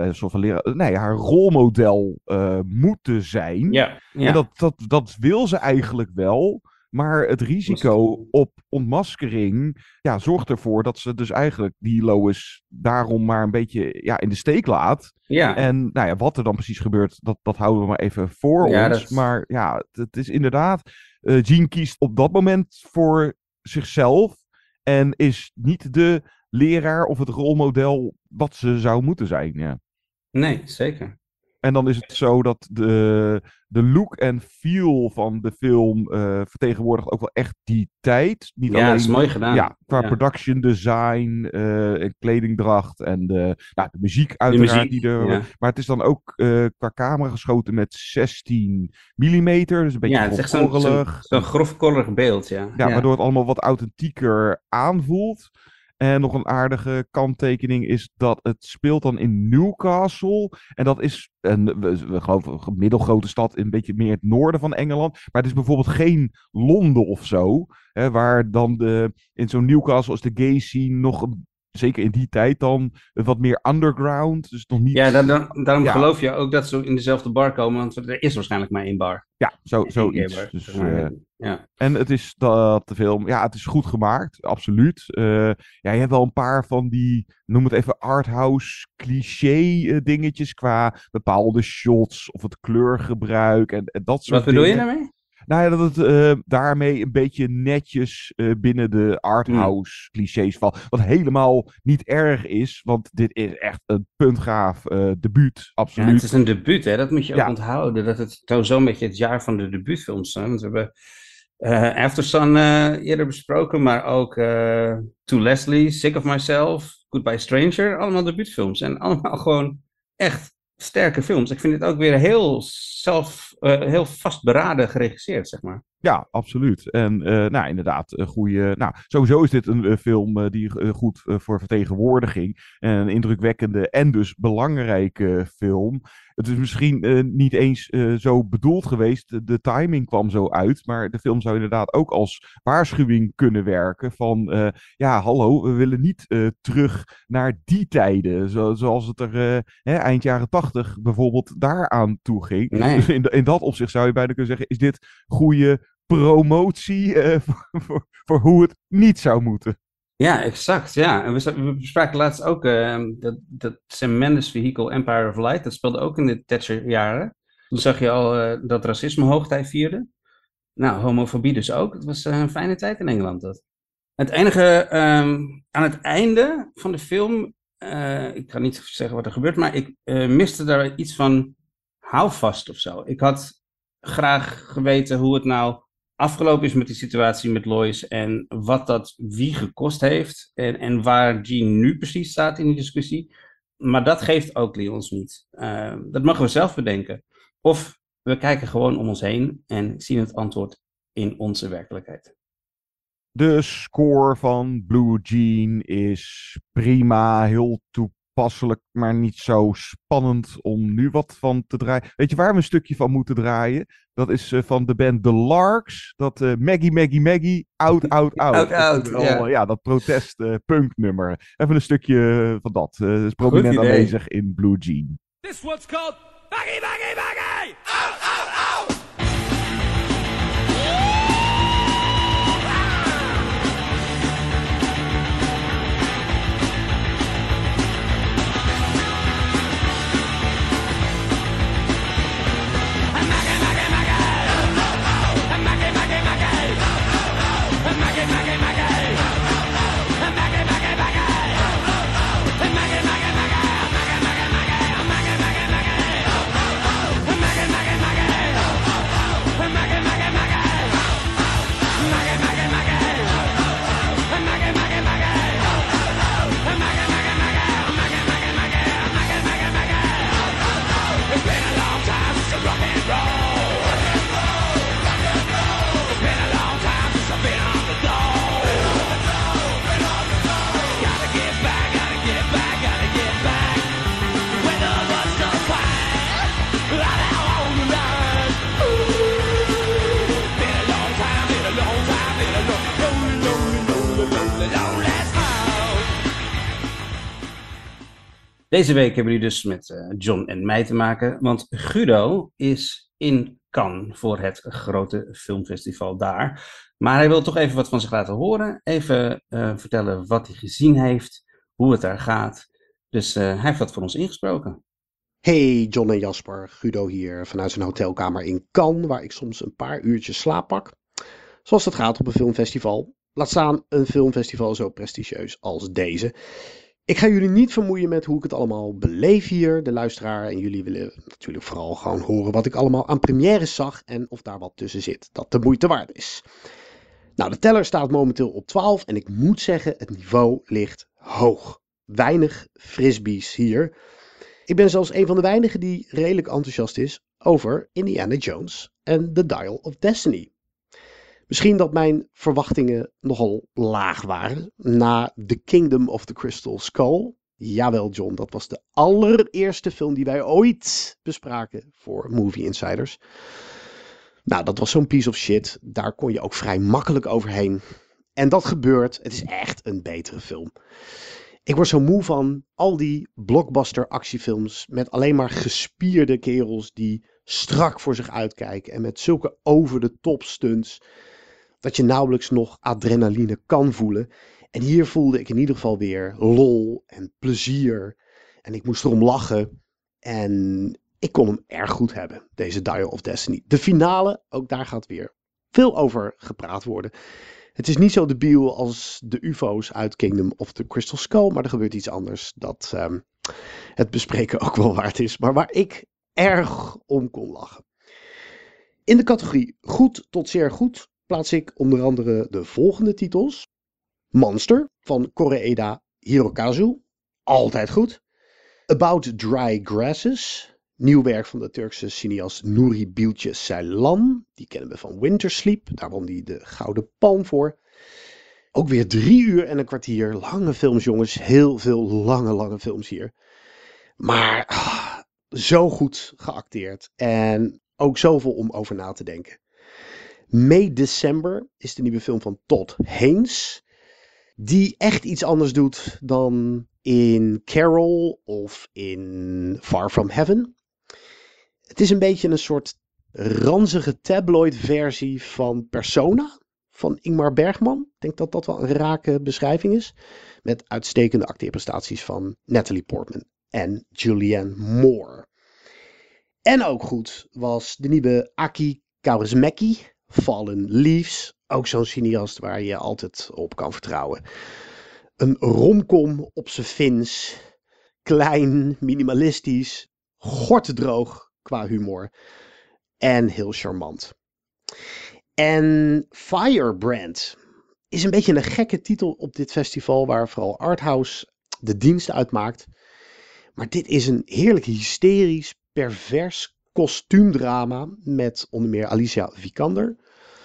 haar rolmodel moeten zijn. Ja. En dat wil ze eigenlijk wel. Maar het risico op ontmaskering zorgt ervoor dat ze dus eigenlijk die Lois daarom maar een beetje in de steek laat. Ja. En wat er dan precies gebeurt, dat houden we maar even voor ons. Maar het is inderdaad, Jean kiest op dat moment voor zichzelf en is niet de leraar of het rolmodel wat ze zou moeten zijn. Ja. Nee, zeker. En dan is het zo dat de look en feel van de film vertegenwoordigt ook wel echt die tijd. Niet alleen, dat is mooi gedaan. Ja, qua production design, kledingdracht en de muziek uiteraard. Maar het is dan ook qua camera geschoten met 16 mm. Dus een beetje het is echt zo'n grofkorrig beeld. Ja, waardoor het allemaal wat authentieker aanvoelt. En nog een aardige kanttekening is dat het speelt dan in Newcastle. En dat is we geloven een middelgrote stad, een beetje meer het noorden van Engeland. Maar het is bijvoorbeeld geen Londen of zo. Waar dan in zo'n Newcastle is de gay scene nog, zeker in die tijd dan, wat meer underground. Dus nog niet... Ja, daarom geloof je ook dat ze in dezelfde bar komen. Want er is waarschijnlijk maar één bar. Ja, zoiets. Dus, en het is dat de film, het is goed gemaakt, absoluut. Je hebt wel een paar van die, noem het even arthouse cliché dingetjes qua bepaalde shots of het kleurgebruik en dat soort dingen. Wat bedoel je daarmee? Nou ja, dat het daarmee een beetje netjes binnen de arthouse clichés valt. Wat helemaal niet erg is, want dit is echt een puntgaaf debuut, absoluut. Ja, het is een debuut, hè? Dat moet je ook onthouden. Dat het zo'n beetje het jaar van de debuutfilms zijn. Want we hebben Aftersun eerder besproken, maar ook To Leslie, Sick of Myself, Goodbye Stranger. Allemaal debuutfilms en allemaal gewoon echt sterke films. Ik vind het ook weer heel vastberaden geregisseerd, zeg maar. Ja, absoluut. En inderdaad, een goede... Nou, sowieso is dit een film die goed voor vertegenwoordiging. En een indrukwekkende en dus belangrijke film. Het is misschien niet eens zo bedoeld geweest. De timing kwam zo uit. Maar de film zou inderdaad ook als waarschuwing kunnen werken. Van, hallo, we willen niet terug naar die tijden. Zoals het er eind jaren 80 bijvoorbeeld daaraan toe ging. Nee. Dus in dat opzicht zou je bijna kunnen zeggen, is dit goede promotie voor hoe het niet zou moeten. Ja, exact. Ja. En we bespraken laatst ook dat Sam Mendes vehicle Empire of Light, dat speelde ook in de Thatcher-jaren. Toen zag je al dat racisme hoogtij vierde. Nou, homofobie dus ook. Het was een fijne tijd in Engeland. Dat. Het enige, aan het einde van de film, ik kan niet zeggen wat er gebeurt, maar ik miste daar iets van houvast of zo. Ik had graag geweten hoe het nou afgelopen is met die situatie met Lois en wat dat wie gekost heeft en waar Jean nu precies staat in die discussie. Maar dat geeft Oakley ons niet. Dat mogen we zelf bedenken. Of we kijken gewoon om ons heen en zien het antwoord in onze werkelijkheid. De score van Blue Jean is prima, heel toepasselijk, maar niet zo spannend om nu wat van te draaien. Weet je waar we een stukje van moeten draaien? Dat is van de band The Larks. Dat Maggie, out. Ja, dat protest punknummer. Even een stukje van dat. Is prominent aanwezig in Blue Jean. This one's called Maggie! Ow! Deze week hebben jullie dus met John en mij te maken, want Guido is in Cannes voor het grote filmfestival daar. Maar hij wil toch even wat van zich laten horen, even vertellen wat hij gezien heeft, hoe het daar gaat. Dus hij heeft wat voor ons ingesproken. Hey John en Jasper, Guido hier vanuit zijn hotelkamer in Cannes, waar ik soms een paar uurtjes slaap pak. Zoals dat gaat op een filmfestival. Laat staan een filmfestival zo prestigieus als deze. Ik ga jullie niet vermoeien met hoe ik het allemaal beleef hier. De luisteraar en jullie willen natuurlijk vooral gewoon horen wat ik allemaal aan premières zag en of daar wat tussen zit dat de moeite waard is. Nou, de teller staat momenteel op 12 en ik moet zeggen, het niveau ligt hoog. Weinig frisbees hier. Ik ben zelfs een van de weinigen die redelijk enthousiast is over Indiana Jones en The Dial of Destiny. Misschien dat mijn verwachtingen nogal laag waren na The Kingdom of the Crystal Skull. Jawel John, dat was de allereerste film die wij ooit bespraken voor Movie Insiders. Nou, dat was zo'n piece of shit. Daar kon je ook vrij makkelijk overheen. En dat gebeurt. Het is echt een betere film. Ik word zo moe van al die blockbuster actiefilms met alleen maar gespierde kerels die strak voor zich uitkijken en met zulke over de top stunts dat je nauwelijks nog adrenaline kan voelen. En hier voelde ik in ieder geval weer lol en plezier. En ik moest erom lachen. En ik kon hem erg goed hebben, deze Dial of Destiny. De finale, ook daar gaat weer veel over gepraat worden. Het is niet zo debiel als de UFO's uit Kingdom of the Crystal Skull, maar er gebeurt iets anders dat het bespreken ook wel waard is, maar waar ik erg om kon lachen. In de categorie goed tot zeer goed plaats ik onder andere de volgende titels. Monster van Koreeda Hirokazu, altijd goed. About Dry Grasses, nieuw werk van de Turkse cineast Nuri Bilge Ceylan. Die kennen we van Winter Sleep, daar won hij de Gouden Palm voor. Ook weer 3 uur en een kwartier, lange films jongens, heel veel lange films hier. Maar zo goed geacteerd en ook zoveel om over na te denken. May December is de nieuwe film van Todd Haynes. Die echt iets anders doet dan in Carol of in Far From Heaven. Het is een beetje een soort ranzige tabloid versie van Persona van Ingmar Bergman. Ik denk dat dat wel een rake beschrijving is. Met uitstekende acteerprestaties van Natalie Portman en Julianne Moore. En ook goed was de nieuwe Aki Kaurismäki, Fallen Leaves. Ook zo'n cineast waar je altijd op kan vertrouwen. Een romcom op zijn Fins. Klein, minimalistisch, gortdroog qua humor. En heel charmant. En Firebrand is een beetje een gekke titel op dit festival, waar vooral Arthouse de dienst uitmaakt. Maar dit is een heerlijk hysterisch, pervers kostuumdrama met onder meer Alicia Vikander.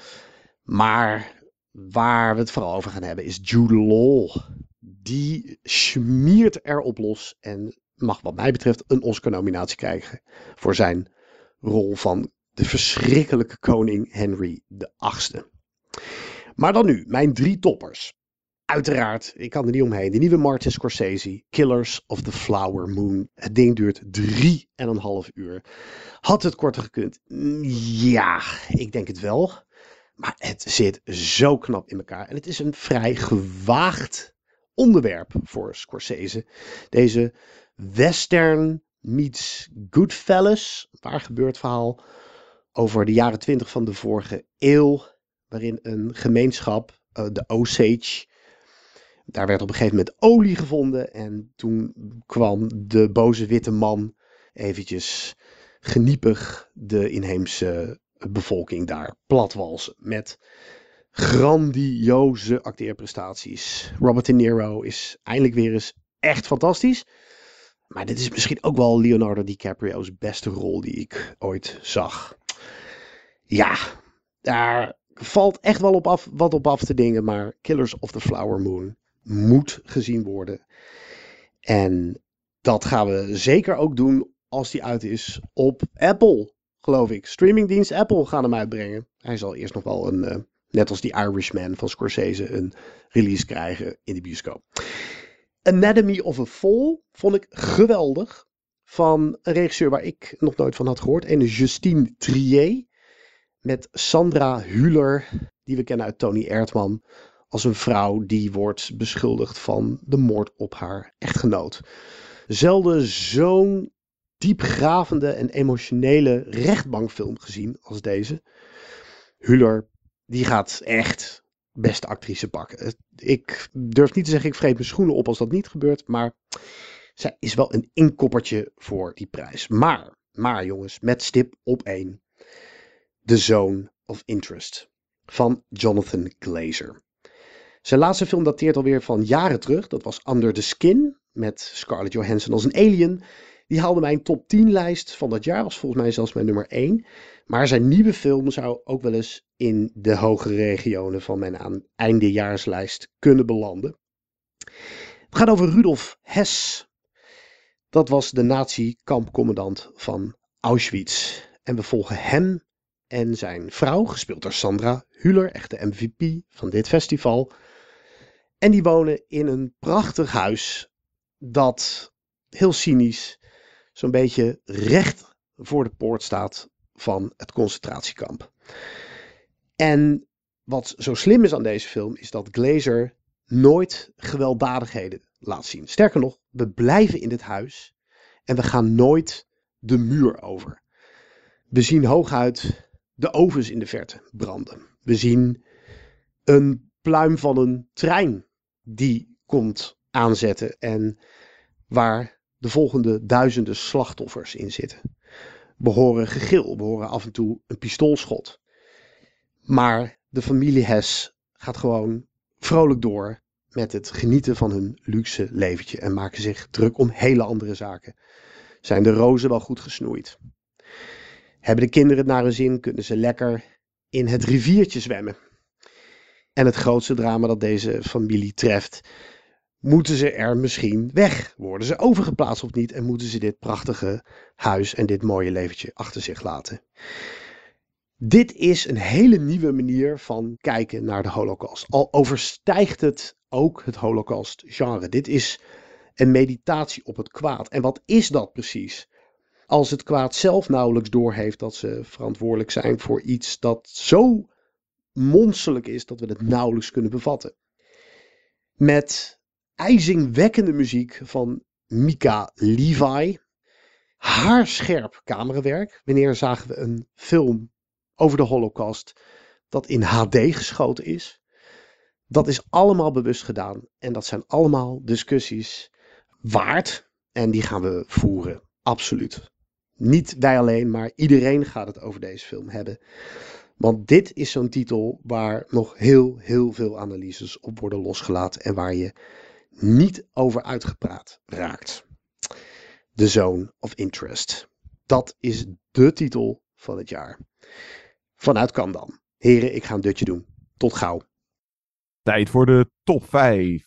Maar waar we het vooral over gaan hebben is Jude Law. Die smiert erop los en mag wat mij betreft een Oscar-nominatie krijgen voor zijn rol van de verschrikkelijke koning Henry VIII. Maar dan nu, mijn 3 toppers. Uiteraard, ik kan er niet omheen. De nieuwe Martin Scorsese, Killers of the Flower Moon. Het ding duurt 3,5 uur. Had het korter gekund? Ja, ik denk het wel. Maar het zit zo knap in elkaar. En het is een vrij gewaagd onderwerp voor Scorsese. Deze western meets Goodfellas, waar gebeurt verhaal over de jaren 20 van de vorige eeuw. Waarin een gemeenschap, de Osage, daar werd op een gegeven moment olie gevonden. En toen kwam de boze witte man eventjes geniepig de inheemse bevolking daar platwalsen. Met grandioze acteerprestaties. Robert De Niro is eindelijk weer eens echt fantastisch. Maar dit is misschien ook wel Leonardo DiCaprio's beste rol die ik ooit zag. Ja, daar valt echt wel wat op af te dingen. Maar Killers of the Flower Moon moet gezien worden. En dat gaan we zeker ook doen als die uit is op Apple, geloof ik. Streamingdienst Apple gaat hem uitbrengen. Hij zal eerst nog wel net als die Irishman van Scorsese, een release krijgen in de bioscoop. Anatomy of a Fall vond ik geweldig. Van een regisseur waar ik nog nooit van had gehoord. En Justine Triet. Met Sandra Hüller, die we kennen uit Tony Erdmann. Als een vrouw die wordt beschuldigd van de moord op haar echtgenoot. Zelden zo'n diepgravende en emotionele rechtbankfilm gezien als deze. Hüller, die gaat echt beste actrice pakken. Ik durf niet te zeggen, ik vreet mijn schoenen op als dat niet gebeurt. Maar zij is wel een inkoppertje voor die prijs. Maar jongens, met stip op 1. The Zone of Interest van Jonathan Glazer. Zijn laatste film dateert alweer van jaren terug. Dat was Under the Skin met Scarlett Johansson als een alien. Die haalde mijn top 10 lijst van dat jaar. Was volgens mij zelfs mijn nummer 1. Maar zijn nieuwe film zou ook wel eens in de hogere regionen van mijn eindejaarslijst kunnen belanden. Het gaat over Rudolf Hess. Dat was de nazi-kampcommandant van Auschwitz. En we volgen hem en zijn vrouw, gespeeld door Sandra Hüller, echt de MVP van dit festival. En die wonen in een prachtig huis dat heel cynisch zo'n beetje recht voor de poort staat van het concentratiekamp. En wat zo slim is aan deze film is dat Glazer nooit gewelddadigheden laat zien. Sterker nog, we blijven in dit huis en we gaan nooit de muur over. We zien hooguit de ovens in de verte branden. We zien een pluim van een trein die komt aanzetten en waar de volgende duizenden slachtoffers in zitten. We horen gegil, we horen af en toe een pistoolschot. Maar de familie Hess gaat gewoon vrolijk door met het genieten van hun luxe leventje en maken zich druk om hele andere zaken. Zijn de rozen wel goed gesnoeid? Hebben de kinderen het naar hun zin? Kunnen ze lekker in het riviertje zwemmen? En het grootste drama dat deze familie treft. Moeten ze er misschien weg? Worden ze overgeplaatst of niet? En moeten ze dit prachtige huis en dit mooie leventje achter zich laten? Dit is een hele nieuwe manier van kijken naar de Holocaust. Al overstijgt het ook het Holocaust-genre. Dit is een meditatie op het kwaad. En wat is dat precies? Als het kwaad zelf nauwelijks doorheeft dat ze verantwoordelijk zijn voor iets dat zo monsterlijk is dat we het nauwelijks kunnen bevatten. Met ijzingwekkende muziek van Mika Levi. Haarscherp camerawerk. Wanneer zagen we een film over de Holocaust dat in HD geschoten is? Dat is allemaal bewust gedaan. En dat zijn allemaal discussies waard. En die gaan we voeren. Absoluut. Niet wij alleen, maar iedereen gaat het over deze film hebben. Want dit is zo'n titel waar nog heel veel analyses op worden losgelaten. En waar je niet over uitgepraat raakt. The Zone of Interest. Dat is de titel van het jaar. Vanuit Kandam. Heren, ik ga een dutje doen. Tot gauw. Tijd voor de top 5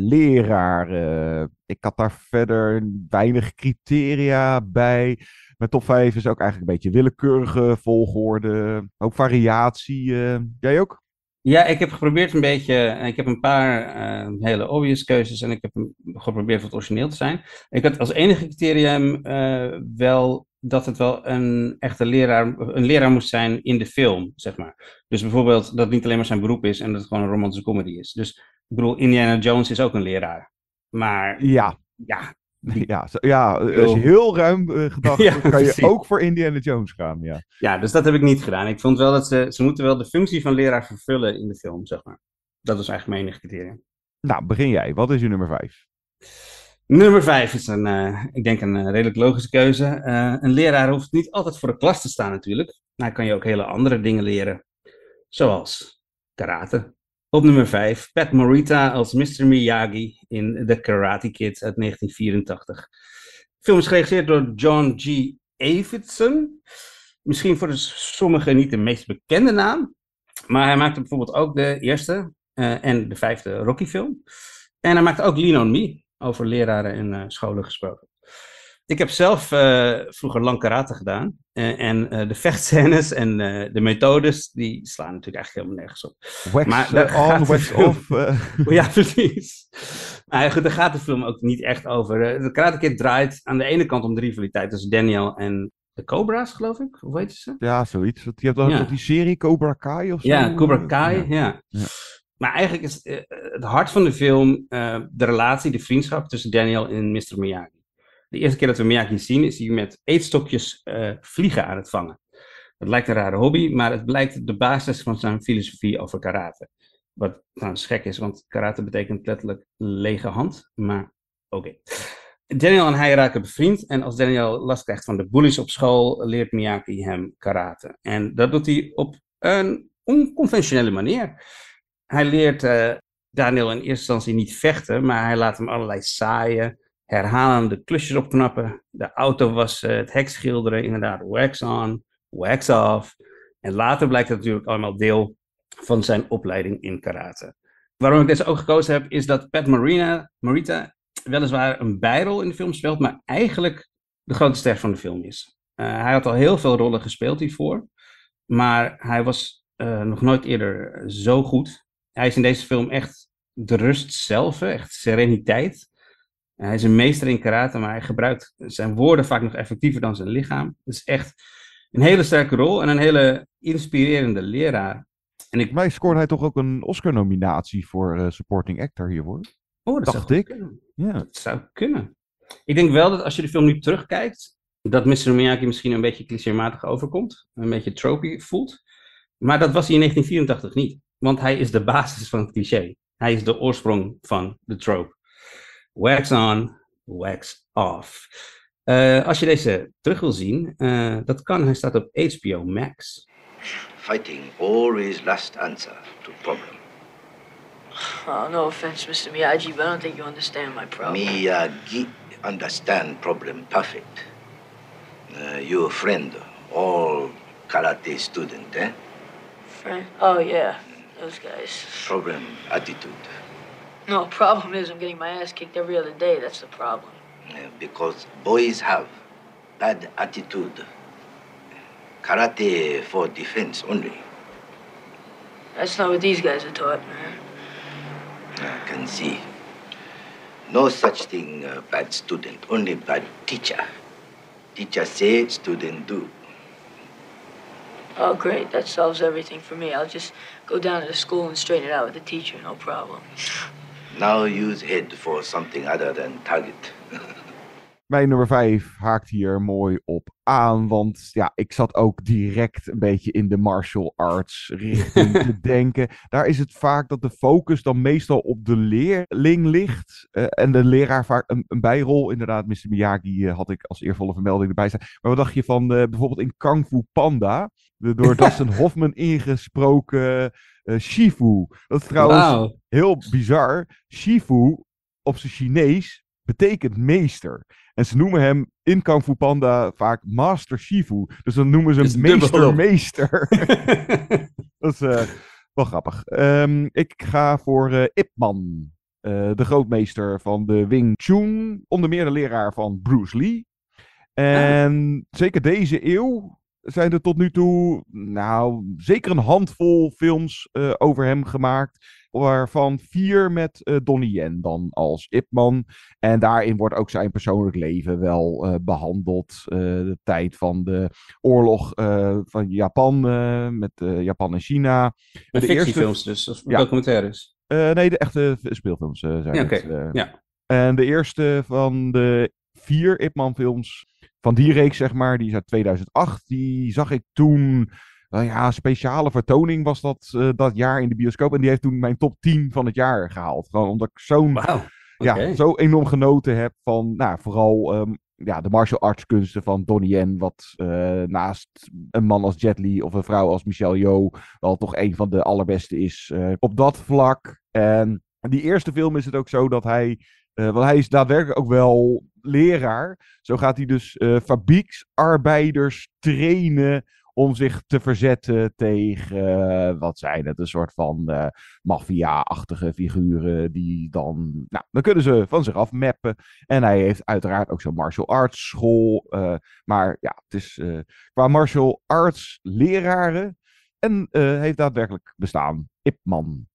leraren. Ik had daar verder weinig criteria bij. Mijn top 5 is ook eigenlijk een beetje willekeurige volgorde. Ook variatie. Jij ook? Ja, ik heb geprobeerd een beetje. Ik heb een paar hele obvious keuzes en ik heb geprobeerd wat origineel te zijn. Ik had als enige criterium wel dat het wel een echte leraar moest zijn in de film, zeg maar. Dus bijvoorbeeld dat het niet alleen maar zijn beroep is en dat het gewoon een romantische comedy is. Dus ik bedoel, Indiana Jones is ook een leraar. Maar ja. Als je heel ruim gedacht hebt, kan precies. je ook voor Indiana Jones gaan. Ja, dus dat heb ik niet gedaan. Ik vond wel dat ze moeten wel de functie van leraar vervullen in de film, zeg maar. Dat is eigenlijk mijn enige criterium. Nou, begin jij. Wat is je nummer 5? Nummer 5 is ik denk een redelijk logische keuze. Een leraar hoeft niet altijd voor de klas te staan natuurlijk. Maar kan je ook hele andere dingen leren. Zoals karate. Op nummer 5, Pat Morita als Mr. Miyagi in The Karate Kid uit 1984. De film is geregisseerd door John G. Avildsen. Misschien voor sommigen niet de meest bekende naam. Maar hij maakte bijvoorbeeld ook de eerste en de 5e Rocky-film. En hij maakte ook Lean on Me, over leraren en scholen gesproken. Ik heb zelf vroeger lang karate gedaan. En de vechtscènes en de methodes, die slaan natuurlijk eigenlijk helemaal nergens op. Wax off. Ja, precies. Maar goed, daar gaat de film ook niet echt over. De Karate Kid draait aan de ene kant om de rivaliteit tussen Daniel en de Cobra's, geloof ik. Hoe heet ze? Ja, zoiets. Je hebt ook die serie Cobra Kai of zo. Ja, Cobra Kai, ja. Maar eigenlijk is het hart van de film de relatie, de vriendschap tussen Daniel en Mr. Miyagi. De eerste keer dat we Miyagi zien, is hij met eetstokjes vliegen aan het vangen. Dat lijkt een rare hobby, maar het blijkt de basis van zijn filosofie over karate. Wat trouwens gek is, want karate betekent letterlijk lege hand, maar oké. Daniel en hij raken bevriend en als Daniel last krijgt van de bullies op school, leert Miyagi hem karate. En dat doet hij op een onconventionele manier. Hij leert Daniel in eerste instantie niet vechten, maar hij laat hem allerlei saaie, herhalende klusjes opknappen. De auto wassen, het hek schilderen, inderdaad wax on, wax off. En later blijkt het natuurlijk allemaal deel van zijn opleiding in karate. Waarom ik deze ook gekozen heb, is dat Pat Morita weliswaar een bijrol in de film speelt, maar eigenlijk de grote ster van de film is. Hij had al heel veel rollen gespeeld hiervoor, maar hij was nog nooit eerder zo goed. Hij is in deze film echt de rust zelf, echt sereniteit. Hij is een meester in karate, maar hij gebruikt zijn woorden vaak nog effectiever dan zijn lichaam. Het is echt een hele sterke rol en een hele inspirerende leraar. Mij scoorde hij toch ook een Oscar-nominatie voor supporting actor hiervoor? Oh, dat dacht zou ik. kunnen. Ja. Dat zou kunnen. Ik denk wel dat als je de film nu terugkijkt, dat Mr. Miyagi misschien een beetje clichématig overkomt. Een beetje tropey voelt. Maar dat was hij in 1984 niet. Want hij is de basis van het cliché. Hij is de oorsprong van de trope. Wax on, wax off. Als je deze terug wil zien, dat kan. Hij staat op HBO Max. Fighting always last answer to problem. Oh, no offense, Mr. Miyagi, but I don't think you understand my problem. Miyagi understand problem perfect. Your friend, all karate student, eh? Friend? Oh, yeah, those guys. Problem attitude. No, problem is I'm getting my ass kicked every other day. That's the problem. Because boys have bad attitude. Karate for defense only. That's not what these guys are taught, man. I can see. No such thing, bad student, only bad teacher. Teacher say, student do. Oh, great. That solves everything for me. I'll just go down to the school and straighten it out with the teacher. No problem. Now use head for something other than target. Mijn nummer 5 haakt hier mooi op aan, want ja, ik zat ook direct een beetje in de martial arts richting te denken. Daar is het vaak dat de focus dan meestal op de leerling ligt en de leraar vaak een bijrol. Inderdaad, Mr. Miyagi had ik als eervolle vermelding erbij staan. Maar wat dacht je van bijvoorbeeld in Kung Fu Panda, de door Dustin Hoffman ingesproken Shifu? Dat is trouwens heel bizar. Shifu op zijn Chinees betekent meester. En ze noemen hem in Kung Fu Panda vaak Master Shifu. Dus dan noemen ze hem meester. Dat is wel grappig. Ik ga voor Ip Man. De grootmeester van de Wing Chun. Onder meer de leraar van Bruce Lee. En zeker deze eeuw zijn er tot nu toe zeker een handvol films over hem gemaakt. Waarvan 4 met Donnie Yen dan als Ip Man. En daarin wordt ook zijn persoonlijk leven wel behandeld. De tijd van de oorlog van Japan met Japan en China. De fictiefilms dus, of documentaires? Nee, de echte speelfilms zijn het. Ja. En de eerste van de 4 Ip Man films van die reeks, zeg maar, die is uit 2008. Die zag ik toen... speciale vertoning was dat jaar in de bioscoop. En die heeft toen mijn top 10 van het jaar gehaald. Gewoon omdat ik zo enorm genoten heb van vooral de martial arts kunsten van Donnie Yen. Wat naast een man als Jet Li of een vrouw als Michelle Yeoh wel toch een van de allerbeste is op dat vlak. En die eerste film is het ook zo dat hij... want hij is daadwerkelijk ook wel leraar. Zo gaat hij dus fabrieksarbeiders trainen om zich te verzetten tegen, wat zijn het, een soort van maffia-achtige figuren die dan kunnen ze van zich af mappen. En hij heeft uiteraard ook zo'n martial arts school. Maar ja, het is qua martial arts leraren en heeft daadwerkelijk bestaan. Ip Man.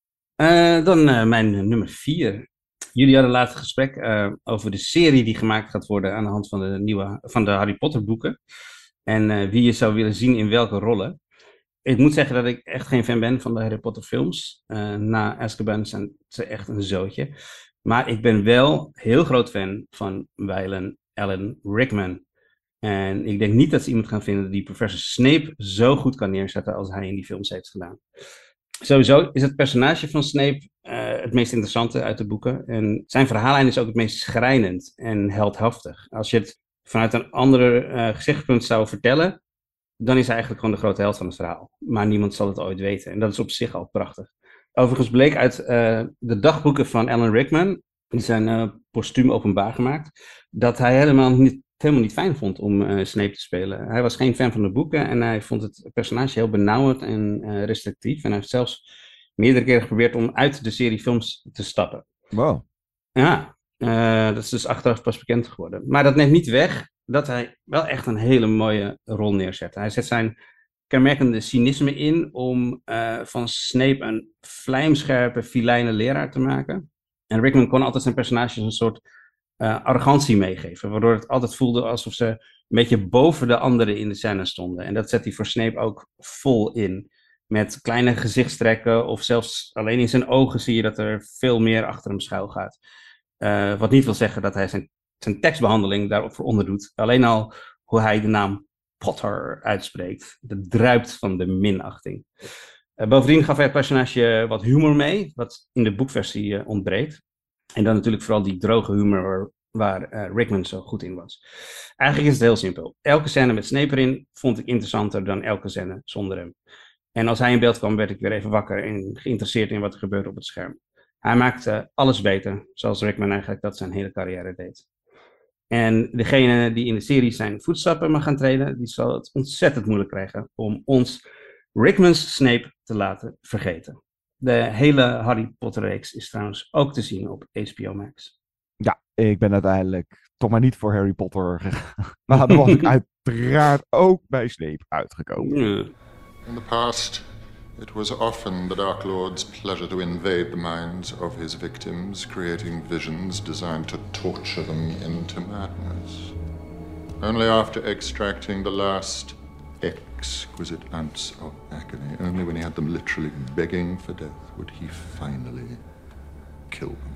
Dan mijn nummer 4. Jullie hadden laatst een gesprek over de serie die gemaakt gaat worden aan de hand van de Harry Potter boeken. En wie je zou willen zien in welke rollen. Ik moet zeggen dat ik echt geen fan ben van de Harry Potter films. Na Azkaban zijn ze echt een zootje. Maar ik ben wel heel groot fan van wijlen Alan Rickman. En ik denk niet dat ze iemand gaan vinden die professor Snape zo goed kan neerzetten als hij in die films heeft gedaan. Sowieso is het personage van Snape het meest interessante uit de boeken. En zijn verhaallijn is ook het meest schrijnend en heldhaftig. Als je het vanuit een ander gezichtspunt zou vertellen, dan is hij eigenlijk gewoon de grote held van het verhaal. Maar niemand zal het ooit weten. En dat is op zich al prachtig. Overigens bleek uit de dagboeken van Alan Rickman, die zijn postuum openbaar gemaakt, dat hij helemaal niet fijn vond om Snape te spelen. Hij was geen fan van de boeken en hij vond het personage heel benauwend en restrictief. En hij heeft zelfs meerdere keren geprobeerd om uit de serie films te stappen. Wow. Ja. Dat is dus achteraf pas bekend geworden. Maar dat neemt niet weg dat hij wel echt een hele mooie rol neerzet. Hij zet zijn kenmerkende cynisme in om van Snape een vlijmscherpe, filijne leraar te maken. En Rickman kon altijd zijn personages een soort arrogantie meegeven, waardoor het altijd voelde alsof ze een beetje boven de anderen in de scène stonden. En dat zet hij voor Snape ook vol in. Met kleine gezichtstrekken of zelfs alleen in zijn ogen zie je dat er veel meer achter hem schuil gaat. Wat niet wil zeggen dat hij zijn zijn tekstbehandeling daarvoor onderdoet. Alleen al hoe hij de naam Potter uitspreekt. Dat druipt van de minachting. Bovendien gaf hij het personage wat humor mee, wat in de boekversie ontbreekt. En dan natuurlijk vooral die droge humor waar Rickman zo goed in was. Eigenlijk is het heel simpel. Elke scène met Snape erin vond ik interessanter dan elke scène zonder hem. En als hij in beeld kwam, werd ik weer even wakker en geïnteresseerd in wat er gebeurde op het scherm. Hij maakte alles beter, zoals Rickman eigenlijk dat zijn hele carrière deed. En degene die in de serie zijn voetstappen mag gaan treden, die zal het ontzettend moeilijk krijgen om ons Rickman's Snape te laten vergeten. De hele Harry Potter reeks is trouwens ook te zien op HBO Max. Ja, ik ben uiteindelijk toch maar niet voor Harry Potter gegaan. Maar dan was ik uiteraard ook bij Snape uitgekomen. In the past, it was often the Dark Lord's pleasure to invade the minds of his victims, creating visions designed to torture them into madness. Only after extracting the last exquisite ounce of agony, only when he had them literally begging for death, would he finally kill them.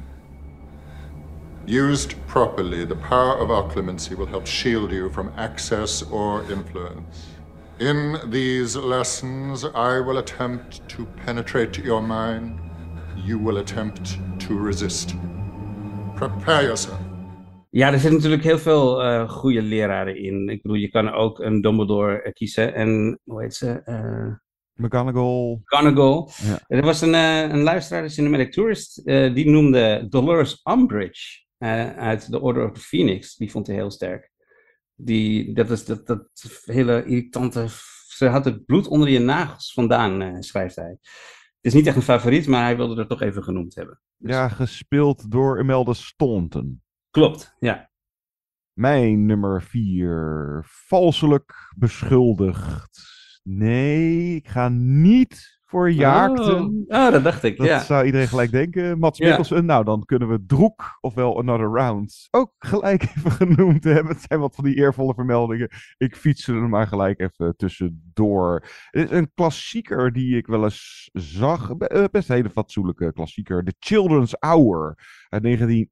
Used properly, the power of our clemency will help shield you from access or influence. In these lessons, I will attempt to penetrate your mind. You will attempt to resist. Prepare yourself. Ja, er zitten natuurlijk heel veel goede leraren in. Ik bedoel, je kan ook een Dumbledore kiezen. En hoe heet ze? McGonagall. Ja. Er was een luisteraar, de Cinematic Tourist, die noemde Dolores Umbridge uit The Order of the Phoenix. Die vond hij heel sterk. Dat hele irritante... Ze had het bloed onder je nagels vandaan, schrijft hij. Het is niet echt een favoriet, maar hij wilde er toch even genoemd hebben. Dus... Ja, gespeeld door Imelda Staunton. Klopt, ja. Mijn nummer 4. Valselijk beschuldigd. Nee, ik ga niet voor Jaakten. Oh, dat dacht ik, Dat zou iedereen gelijk denken. Mats Mikkelsen. Ja. Nou, dan kunnen we Droek, ofwel Another Round, ook gelijk even genoemd hebben. Het zijn wat van die eervolle vermeldingen. Ik fietste er maar gelijk even tussendoor. Het is een klassieker die ik wel eens zag. Best een hele fatsoenlijke klassieker. The Children's Hour uit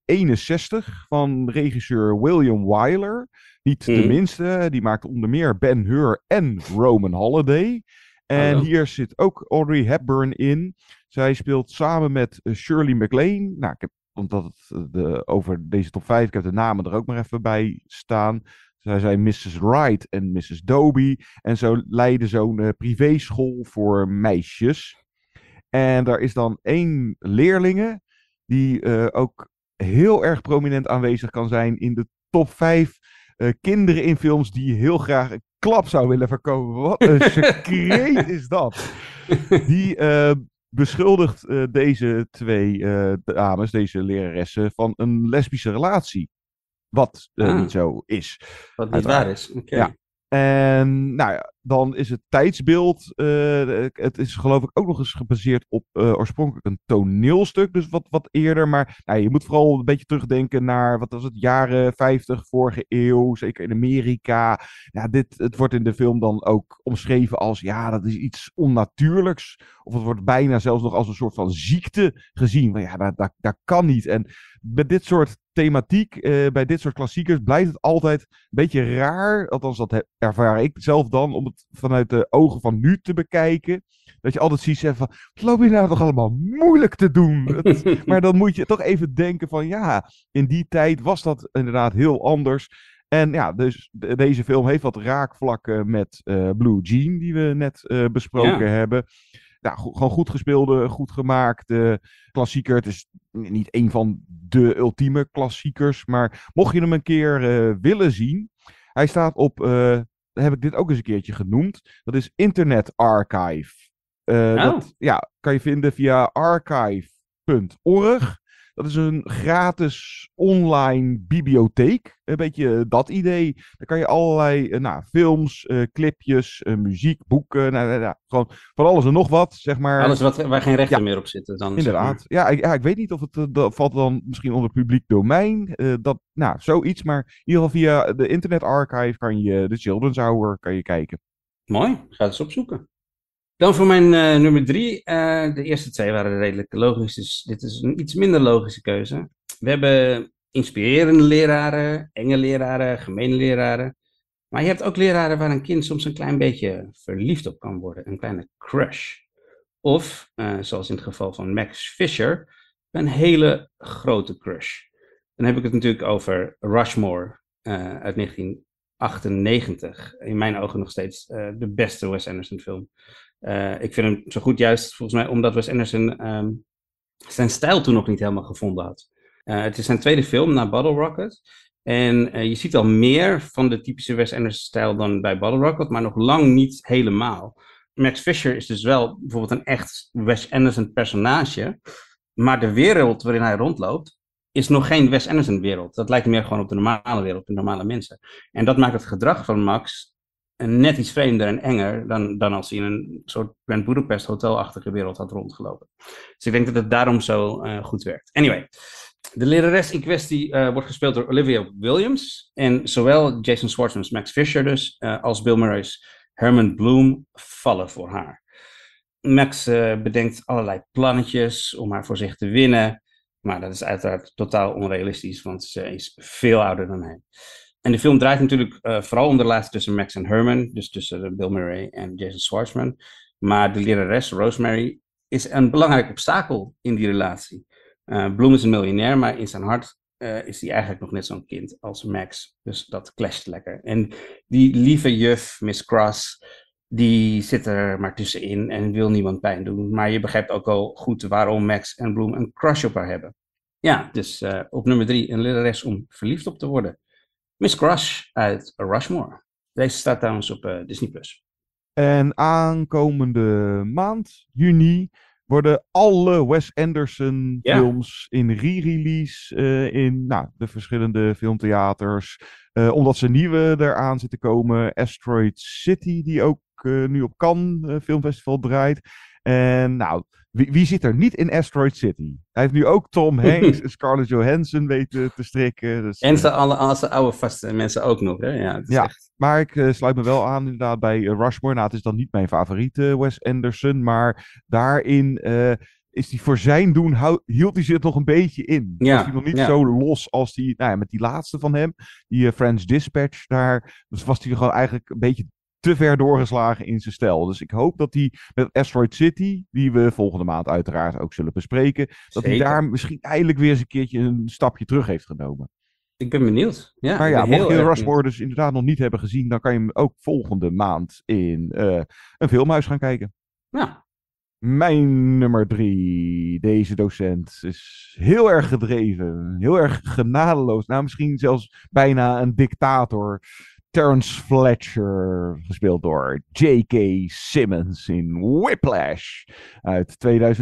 1961 van regisseur William Wyler. Niet de minste. Die maakte onder meer Ben-Hur en Roman Holiday. En hier zit ook Audrey Hepburn in. Zij speelt samen met Shirley MacLaine. Nou, omdat over deze top 5, ik heb de namen er ook maar even bij staan. Zij zijn Mrs. Wright en Mrs. Doby. En zo leiden zo'n privéschool voor meisjes. En daar is dan 1 leerlinge die ook heel erg prominent aanwezig kan zijn in de top 5 kinderen in films die heel graag een klap zou willen voorkomen. Wat een secreet is dat. Die beschuldigt deze 2 dames, deze leraressen, van een lesbische relatie. Wat niet zo is. Wat niet waar is. Okay. Ja. En nou ja, dan is het tijdsbeeld. Het is geloof ik ook nog eens gebaseerd op oorspronkelijk een toneelstuk. Dus wat eerder. Maar nou, je moet vooral een beetje terugdenken naar, wat was het, jaren 50, vorige eeuw. Zeker in Amerika. Ja, het wordt in de film dan ook omschreven als, ja, dat is iets onnatuurlijks. Of het wordt bijna zelfs nog als een soort van ziekte gezien. Maar ja, dat kan niet. En met dit soort thematiek, bij dit soort klassiekers, blijft het altijd een beetje raar. Althans, dat ervaar ik zelf dan, om het vanuit de ogen van nu te bekijken. Dat je altijd ziet van, wat loop je nou toch allemaal moeilijk te doen? Maar dan moet je toch even denken van, ja, in die tijd was dat inderdaad heel anders. En ja, dus deze film heeft wat raakvlakken met Blue Jean, die we net besproken hebben. Nou, gewoon goed gespeelde, goed gemaakte klassieker. Het is niet een van de ultieme klassiekers, maar mocht je hem een keer willen zien, hij staat op, heb ik dit ook eens een keertje genoemd, dat is Internet Archive. Dat kan je vinden via archive.org. Dat is een gratis online bibliotheek. Een beetje dat idee. Daar kan je allerlei films, clipjes, muziek, boeken. Gewoon van alles en nog wat, zeg maar. Alles waar geen rechten meer op zitten. Dan, inderdaad. Zeg maar. Ik weet niet of het dat valt dan misschien onder publiek domein. Zoiets. Maar in ieder geval via de Internet Archive kan je de Children's Hour kijken. Mooi. Ga het eens opzoeken. Dan voor mijn nummer 3. De eerste 2 waren redelijk logisch, dus dit is een iets minder logische keuze. We hebben inspirerende leraren, enge leraren, gemene leraren. Maar je hebt ook leraren waar een kind soms een klein beetje verliefd op kan worden. Een kleine crush. Of, zoals in het geval van Max Fisher, een hele grote crush. Dan heb ik het natuurlijk over Rushmore uit 1998. In mijn ogen nog steeds de beste Wes Anderson film. Ik vind hem zo goed juist volgens mij omdat Wes Anderson zijn stijl toen nog niet helemaal gevonden had. Het is zijn tweede film na Bottle Rocket. En je ziet al meer van de typische Wes Anderson-stijl dan bij Bottle Rocket, maar nog lang niet helemaal. Max Fisher is dus wel bijvoorbeeld een echt Wes Anderson personage, maar de wereld waarin hij rondloopt is nog geen Wes Anderson wereld. Dat lijkt meer gewoon op de normale wereld, de normale mensen. En dat maakt het gedrag van Max net iets vreemder en enger dan als hij in een soort Grand Budapest hotelachtige wereld had rondgelopen. Dus ik denk dat het daarom zo goed werkt. Anyway, de lerares in kwestie wordt gespeeld door Olivia Williams. En zowel Jason Schwartzman's Max Fisher dus, als Bill Murray's Herman Bloom vallen voor haar. Max bedenkt allerlei plannetjes om haar voor zich te winnen. Maar dat is uiteraard totaal onrealistisch, want ze is veel ouder dan hij. En de film draait natuurlijk vooral om de relatie tussen Max en Herman. Dus tussen Bill Murray en Jason Schwartzman. Maar de lerares Rosemary is een belangrijk obstakel in die relatie. Bloom is een miljonair, maar in zijn hart is hij eigenlijk nog net zo'n kind als Max. Dus dat clasht lekker. En die lieve juf, Miss Cross, die zit er maar tussenin en wil niemand pijn doen. Maar je begrijpt ook al goed waarom Max en Bloom een crush op haar hebben. Ja, dus op nummer 3 een lerares om verliefd op te worden. Miss Crush uit Rushmore. Deze staat trouwens op Disney+. En aankomende maand, juni, worden alle Wes Anderson films in re-release in de verschillende filmtheaters. Omdat ze nieuwe eraan zitten komen. Asteroid City, die ook nu op Cannes Filmfestival draait. En wie zit er niet in Asteroid City? Hij heeft nu ook Tom Hanks en Scarlett Johansson weten te strikken. Dus, en alle oude vaste mensen ook nog. Hè? Ja, echt... maar ik sluit me wel aan inderdaad bij Rushmore. Het is dan niet mijn favoriete Wes Anderson, maar daarin is hij voor zijn doen, hield hij zich nog een beetje in. Was hij nog niet zo los als die, met die laatste van hem, die French Dispatch, daar was hij gewoon eigenlijk een beetje te ver doorgeslagen in zijn stijl. Dus ik hoop dat hij met Asteroid City, die we volgende maand uiteraard ook zullen bespreken, dat hij daar misschien eindelijk weer eens een keertje een stapje terug heeft genomen. Ik ben benieuwd. Ja, maar mocht je Rushmore dus inderdaad nog niet hebben gezien, dan kan je hem ook volgende maand in een filmhuis gaan kijken. Ja. Mijn nummer 3, deze docent, is heel erg gedreven, heel erg genadeloos. Misschien zelfs bijna een dictator. Terrence Fletcher, gespeeld door J.K. Simmons in Whiplash uit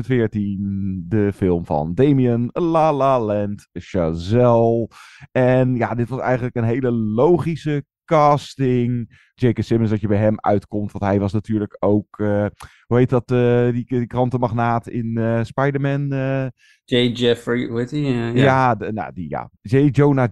2014. De film van Damien, La La Land, Chazelle. En dit was eigenlijk een hele logische casting. J.K. Simmons, dat je bij hem uitkomt. Want hij was natuurlijk ook, hoe heet dat, die krantenmagnaat in Spider-Man. J. Jeffrey, hoe heet die? J. Jonah.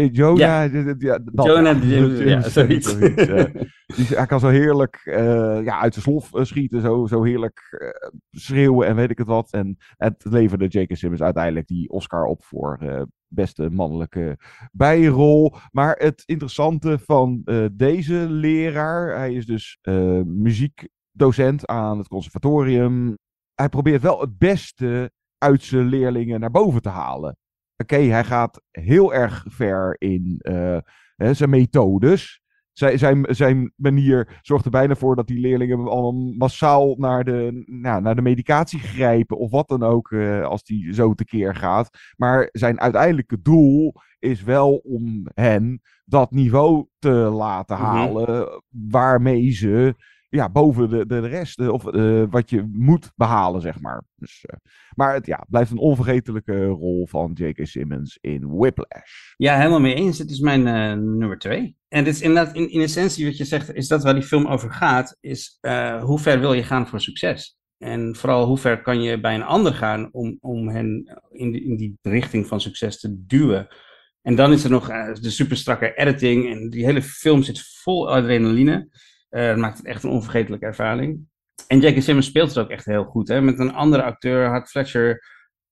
Zoiets. Hij kan zo heerlijk uit de slof schieten. Zo heerlijk schreeuwen en weet ik het wat. En het leverde J.K. Simmons uiteindelijk die Oscar op voor beste mannelijke bijrol. Maar het interessante van deze leraar, hij is dus muziekdocent aan het conservatorium. Hij probeert wel het beste uit zijn leerlingen naar boven te halen. Oké, hij gaat heel erg ver in zijn methodes. Zijn manier zorgt er bijna voor dat die leerlingen allemaal massaal naar de medicatie grijpen of wat dan ook als die zo tekeer gaat. Maar zijn uiteindelijke doel is wel om hen dat niveau te laten halen waarmee ze boven de rest, of wat je moet behalen, zeg maar. Dus, maar het blijft een onvergetelijke rol van J.K. Simmons in Whiplash. Ja, helemaal mee eens. Het is mijn nummer 2. En dit is inderdaad, in essentie wat je zegt, is dat waar die film over gaat, is hoe ver wil je gaan voor succes? En vooral hoe ver kan je bij een ander gaan om hen in die richting van succes te duwen? En dan is er nog de super strakke editing en die hele film zit vol adrenaline. Dat maakt het echt een onvergetelijke ervaring. En J.K. Simmons speelt het ook echt heel goed. Hè? Met een andere acteur had Fletcher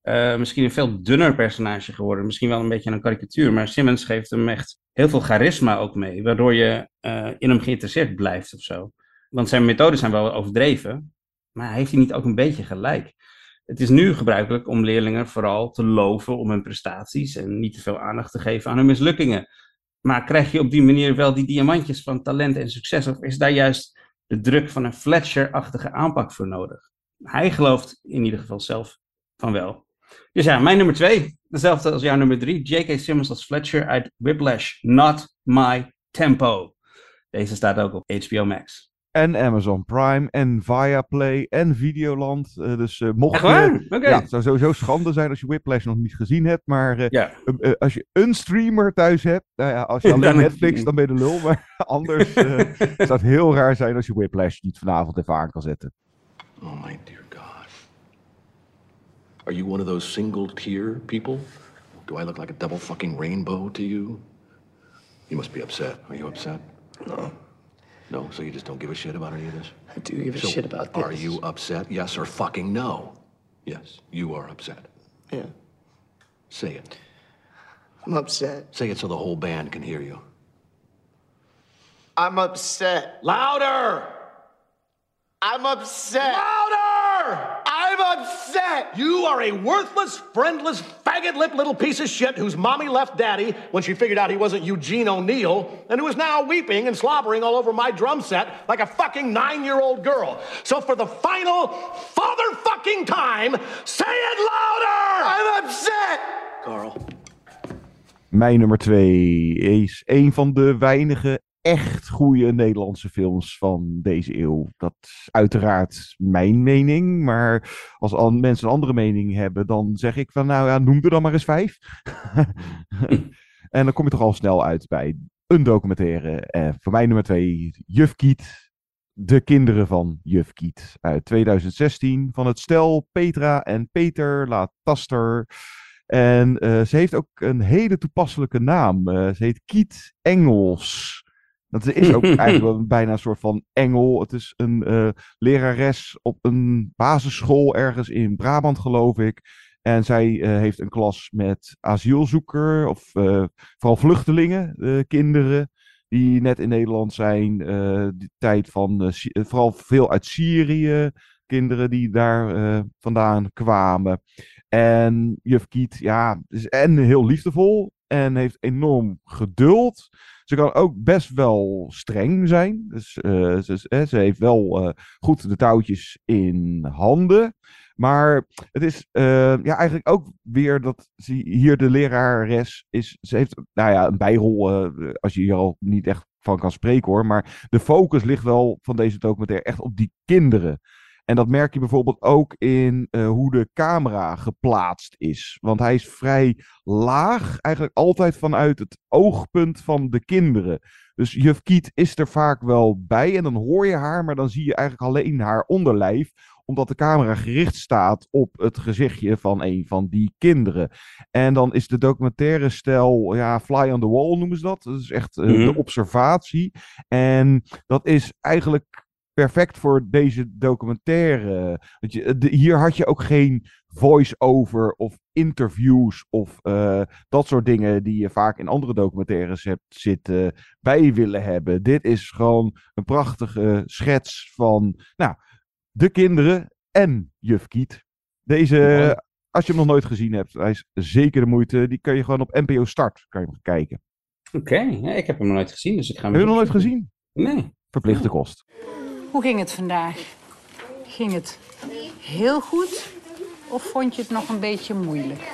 misschien een veel dunner personage geworden. Misschien wel een beetje een karikatuur. Maar Simmons geeft hem echt heel veel charisma ook mee. Waardoor je in hem geïnteresseerd blijft of zo. Want zijn methoden zijn wel overdreven. Maar heeft hij niet ook een beetje gelijk? Het is nu gebruikelijk om leerlingen vooral te loven om hun prestaties. En niet te veel aandacht te geven aan hun mislukkingen. Maar krijg je op die manier wel die diamantjes van talent en succes? Of is daar juist de druk van een Fletcher-achtige aanpak voor nodig? Hij gelooft in ieder geval zelf van wel. Dus ja, mijn nummer 2, dezelfde als jouw nummer 3. J.K. Simmons als Fletcher uit Whiplash, Not My Tempo. Deze staat ook op HBO Max. En Amazon Prime, en Viaplay, en Videoland. Dus mocht je... Okay. Ja, het zou sowieso schande zijn als je Whiplash nog niet gezien hebt. Maar als je een streamer thuis hebt... Nou ja, als je alleen Netflix, dan ben je de lul. Maar anders zou het heel raar zijn als je Whiplash niet vanavond even aan kan zetten. Oh my dear God. Are you one of those single-tier people? Do I look like a double fucking rainbow to you? You must be upset. Are you upset? No. No, so you just don't give a shit about any of this? I do give a shit about this. Are you upset? Yes or fucking no? Yes, you are upset. Yeah. Say it. I'm upset. Say it so the whole band can hear you. I'm upset. Louder! I'm upset. Louder! I'm upset! You are a worthless, friendless, faggot-lipped little piece of shit whose mommy left daddy when she figured out he wasn't Eugene O'Neill, and who is now weeping and slobbering all over my drum set like a fucking 9-year-old girl. So for the final father-fucking time, say it louder! I'm upset! Carl. Mijn nummer 2 is een van de weinige echt goede Nederlandse films van deze eeuw. Dat is uiteraard mijn mening, maar als mensen een andere mening hebben, dan zeg ik van nou ja, noem er dan maar eens 5. En dan kom je toch al snel uit bij een documentaire. Voor mij nummer 2, Juf Kiet. De kinderen van Juf Kiet. Uit 2016 van het stel Petra en Peter Lataster. En ze heeft ook een hele toepasselijke naam. Ze heet Kiet Engels. Dat is ook eigenlijk wel bijna een soort van engel. Het is een lerares op een basisschool ergens in Brabant, geloof ik. En zij heeft een klas met asielzoekers of vooral vluchtelingen, kinderen die net in Nederland zijn. Die tijd van vooral veel uit Syrië, kinderen die daar vandaan kwamen. En juf Kiet, ja, is en heel liefdevol en heeft enorm geduld. Ze kan ook best wel streng zijn. Dus ze heeft wel goed de touwtjes in handen. Maar het is eigenlijk ook weer dat hier de lerares is. Ze heeft een bijrol, als je hier al niet echt van kan spreken hoor. Maar de focus ligt wel van deze documentaire echt op die kinderen. En dat merk je bijvoorbeeld ook in hoe de camera geplaatst is. Want hij is vrij laag, eigenlijk altijd vanuit het oogpunt van de kinderen. Dus juf Kiet is er vaak wel bij en dan hoor je haar, maar dan zie je eigenlijk alleen haar onderlijf. Omdat de camera gericht staat op het gezichtje van een van die kinderen. En dan is de documentaire stijl, ja, fly on the wall noemen ze dat. Dat is echt de observatie. En dat is eigenlijk perfect voor deze documentaire. Hier had je ook geen voice-over of interviews of dat soort dingen die je vaak in andere documentaires hebt zitten bij willen hebben. Dit is gewoon een prachtige schets van de kinderen en juf Kiet. Deze, als je hem nog nooit gezien hebt, hij is zeker de moeite. Die kun je gewoon op NPO Start kijken. Oké, ik heb hem nog nooit gezien, dus ik ga hem. Heb je hem nog nooit gezien? Nee. Verplichte kost. Hoe ging het vandaag? Ging het heel goed of vond je het nog een beetje moeilijk?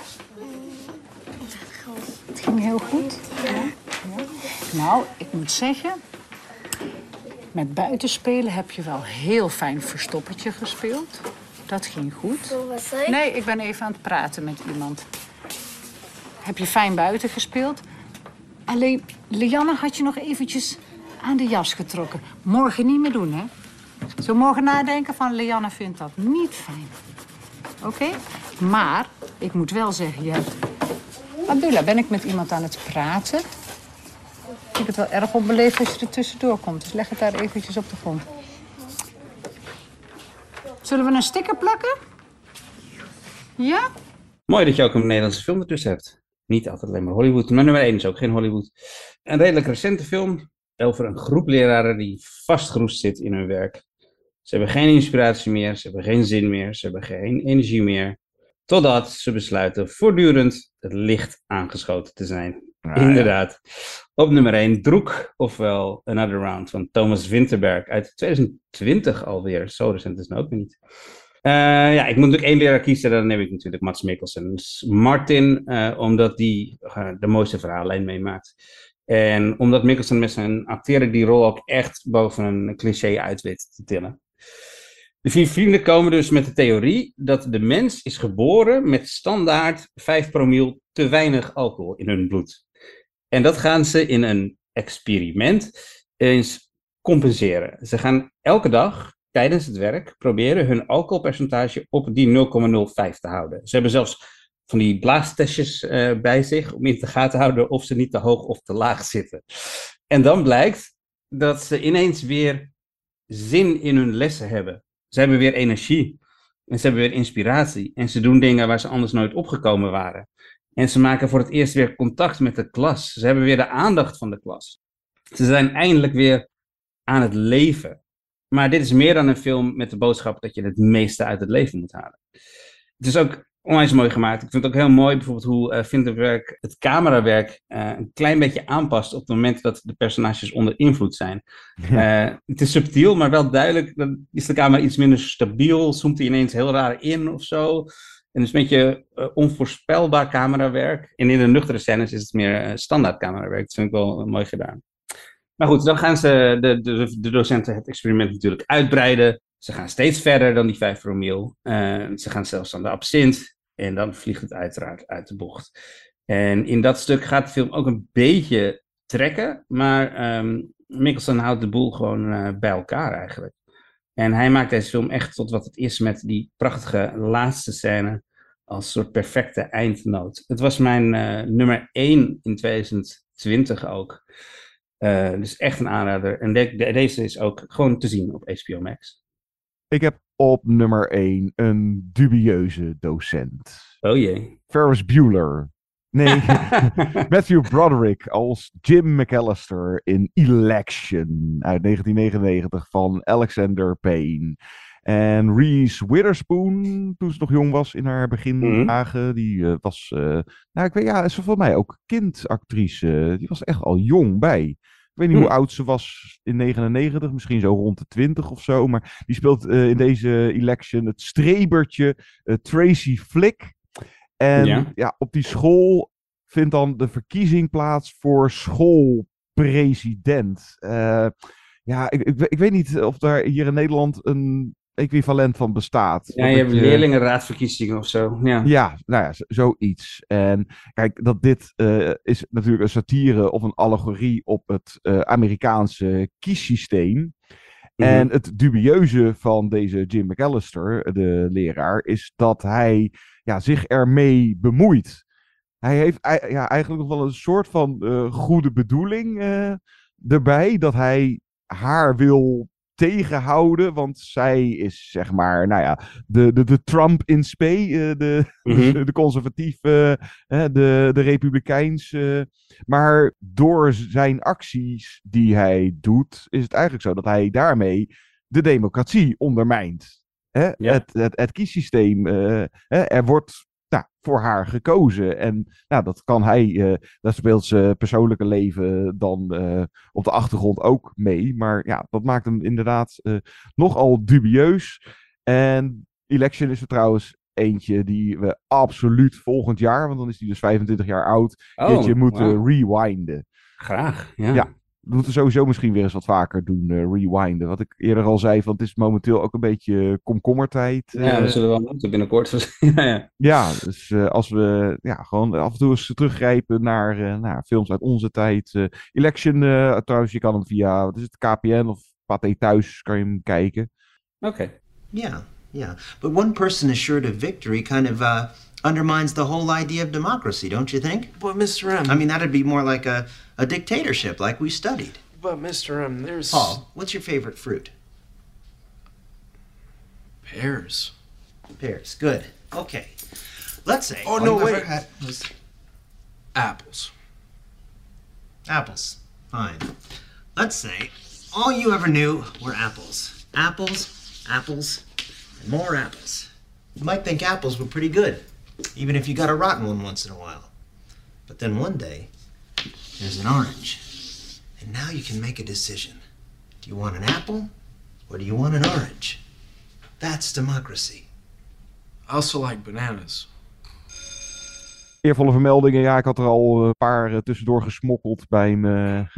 Het ging heel goed? Ja. Nou, ik moet zeggen, met buitenspelen heb je wel heel fijn verstoppertje gespeeld. Dat ging goed. Nee, ik ben even aan het praten met iemand. Heb je fijn buiten gespeeld? Alleen, Lianne had je nog eventjes aan de jas getrokken. Morgen niet meer doen, hè? Zo morgen nadenken van Lianne vindt dat niet fijn. Oké? Maar, ik moet wel zeggen, je hebt... Abdullah, ben ik met iemand aan het praten? Ik vind het wel erg onbeleefd als je er tussendoor komt. Dus leg het daar eventjes op de grond. Zullen we een sticker plakken? Ja? Mooi dat je ook een Nederlandse film ertussen hebt. Niet altijd alleen maar Hollywood, maar nummer 1 is ook geen Hollywood. Een redelijk recente film over een groep leraren die vastgeroest zit in hun werk. Ze hebben geen inspiratie meer, ze hebben geen zin meer, ze hebben geen energie meer. Totdat ze besluiten voortdurend het licht aangeschoten te zijn. Inderdaad. Op nummer 1 Droek, ofwel Another Round van Thomas Vinterberg uit 2020 alweer. Zo recent is het ook niet. Ik moet natuurlijk 1 leraar kiezen, dan neem ik natuurlijk Mads Mikkelsen. Dus Martin, omdat die de mooiste verhaallijn meemaakt. En omdat Mikkelsen met zijn acteren die rol ook echt boven een cliché uit weet te tillen. De 4 vrienden komen dus met de theorie dat de mens is geboren met standaard 5 promil te weinig alcohol in hun bloed. En dat gaan ze in een experiment eens compenseren. Ze gaan elke dag tijdens het werk proberen hun alcoholpercentage op die 0,05 te houden. Ze hebben zelfs van die blaastestjes bij zich om in de gaten te houden of ze niet te hoog of te laag zitten. En dan blijkt dat ze ineens weer zin in hun lessen hebben. Ze hebben weer energie. En ze hebben weer inspiratie. En ze doen dingen waar ze anders nooit opgekomen waren. En ze maken voor het eerst weer contact met de klas. Ze hebben weer de aandacht van de klas. Ze zijn eindelijk weer aan het leven. Maar dit is meer dan een film met de boodschap dat je het meeste uit het leven moet halen. Het is ook onwijs mooi gemaakt. Ik vind het ook heel mooi bijvoorbeeld hoe Vinterberg het camerawerk een klein beetje aanpast op het moment dat de personages onder invloed zijn. Het is subtiel, maar wel duidelijk. Dan is de camera iets minder stabiel, zoomt hij ineens heel raar in of zo. En het is een beetje onvoorspelbaar camerawerk. En in de nuchtere scènes is het meer standaard camerawerk. Dat vind ik wel mooi gedaan. Maar goed, dan gaan ze de docenten het experiment natuurlijk uitbreiden. Ze gaan steeds verder dan die 5 promil. Ze gaan zelfs aan de absint. En dan vliegt het uiteraard uit de bocht. En in dat stuk gaat de film ook een beetje trekken. Maar Mikkelsen houdt de boel gewoon bij elkaar eigenlijk. En hij maakt deze film echt tot wat het is met die prachtige laatste scène. Als soort perfecte eindnoot. Het was mijn nummer 1 in 2020 ook. Dus echt een aanrader. En deze is ook gewoon te zien op HBO Max. Ik heb op nummer 1 een dubieuze docent. Oh jee. Ferris Bueller. Nee, Matthew Broderick als Jim McAllister in Election uit 1999 van Alexander Payne. En Reese Witherspoon, toen ze nog jong was in haar begindagen, die was, ik weet, is voor mij ook kindactrice. Die was echt al jong bij. Ik weet niet hoe oud ze was in 99, misschien zo rond de 20 of zo. Maar die speelt in deze Election het strebertje Tracy Flick. En op die school vindt dan de verkiezing plaats voor schoolpresident. Ik weet niet of daar hier in Nederland een equivalent van bestaat. Ja, je hebt leerlingenraadverkiezingen of zo. Ja, zoiets. En kijk, dit is natuurlijk een satire of een allegorie op het Amerikaanse kiessysteem. En het dubieuze van deze Jim McAllister, de leraar, is dat hij zich ermee bemoeit. Hij heeft eigenlijk nog wel een soort van goede bedoeling erbij, dat hij haar wil tegenhouden, want zij is zeg maar, de Trump in spe, de conservatieve, de republikeins. Maar door zijn acties die hij doet, is het eigenlijk zo dat hij daarmee de democratie ondermijnt. Het kiessysteem, er wordt voor haar gekozen. En dat kan hij, daar speelt zijn persoonlijke leven dan op de achtergrond ook mee. Maar dat maakt hem inderdaad nogal dubieus. En Election is er trouwens eentje die we absoluut volgend jaar, want dan is hij dus 25 jaar oud, moeten rewinden. Graag, we moeten sowieso misschien weer eens wat vaker doen, rewinden. Wat ik eerder al zei, want het is momenteel ook een beetje komkommertijd. Ja, we zullen wel moeten binnenkort. Dus als we gewoon af en toe eens teruggrijpen naar films uit onze tijd. Election, trouwens, je kan hem via, wat is het, KPN of Pathé Thuis, kan je hem kijken. Oké. Yeah. But one person assured of victory kind of undermines the whole idea of democracy, don't you think? But Mr. M... I mean, that'd be more like a dictatorship, like we studied. But Mr. M, there's... Paul, what's your favorite fruit? Pears. Pears, good. Okay. Let's say... Oh, all no, you ever wait. had was Apples. apples. Fine. Let's say all you ever knew were apples. Apples, apples, and more apples. You might think apples were pretty good, even if you got a rotten one once in a while. But then one day, there's an orange. And now you can make a decision. Do you want an apple, or do you want an orange? That's democracy. I also like bananas. Eervolle vermeldingen. Ja, ik had er al een paar tussendoor gesmokkeld bij mijn,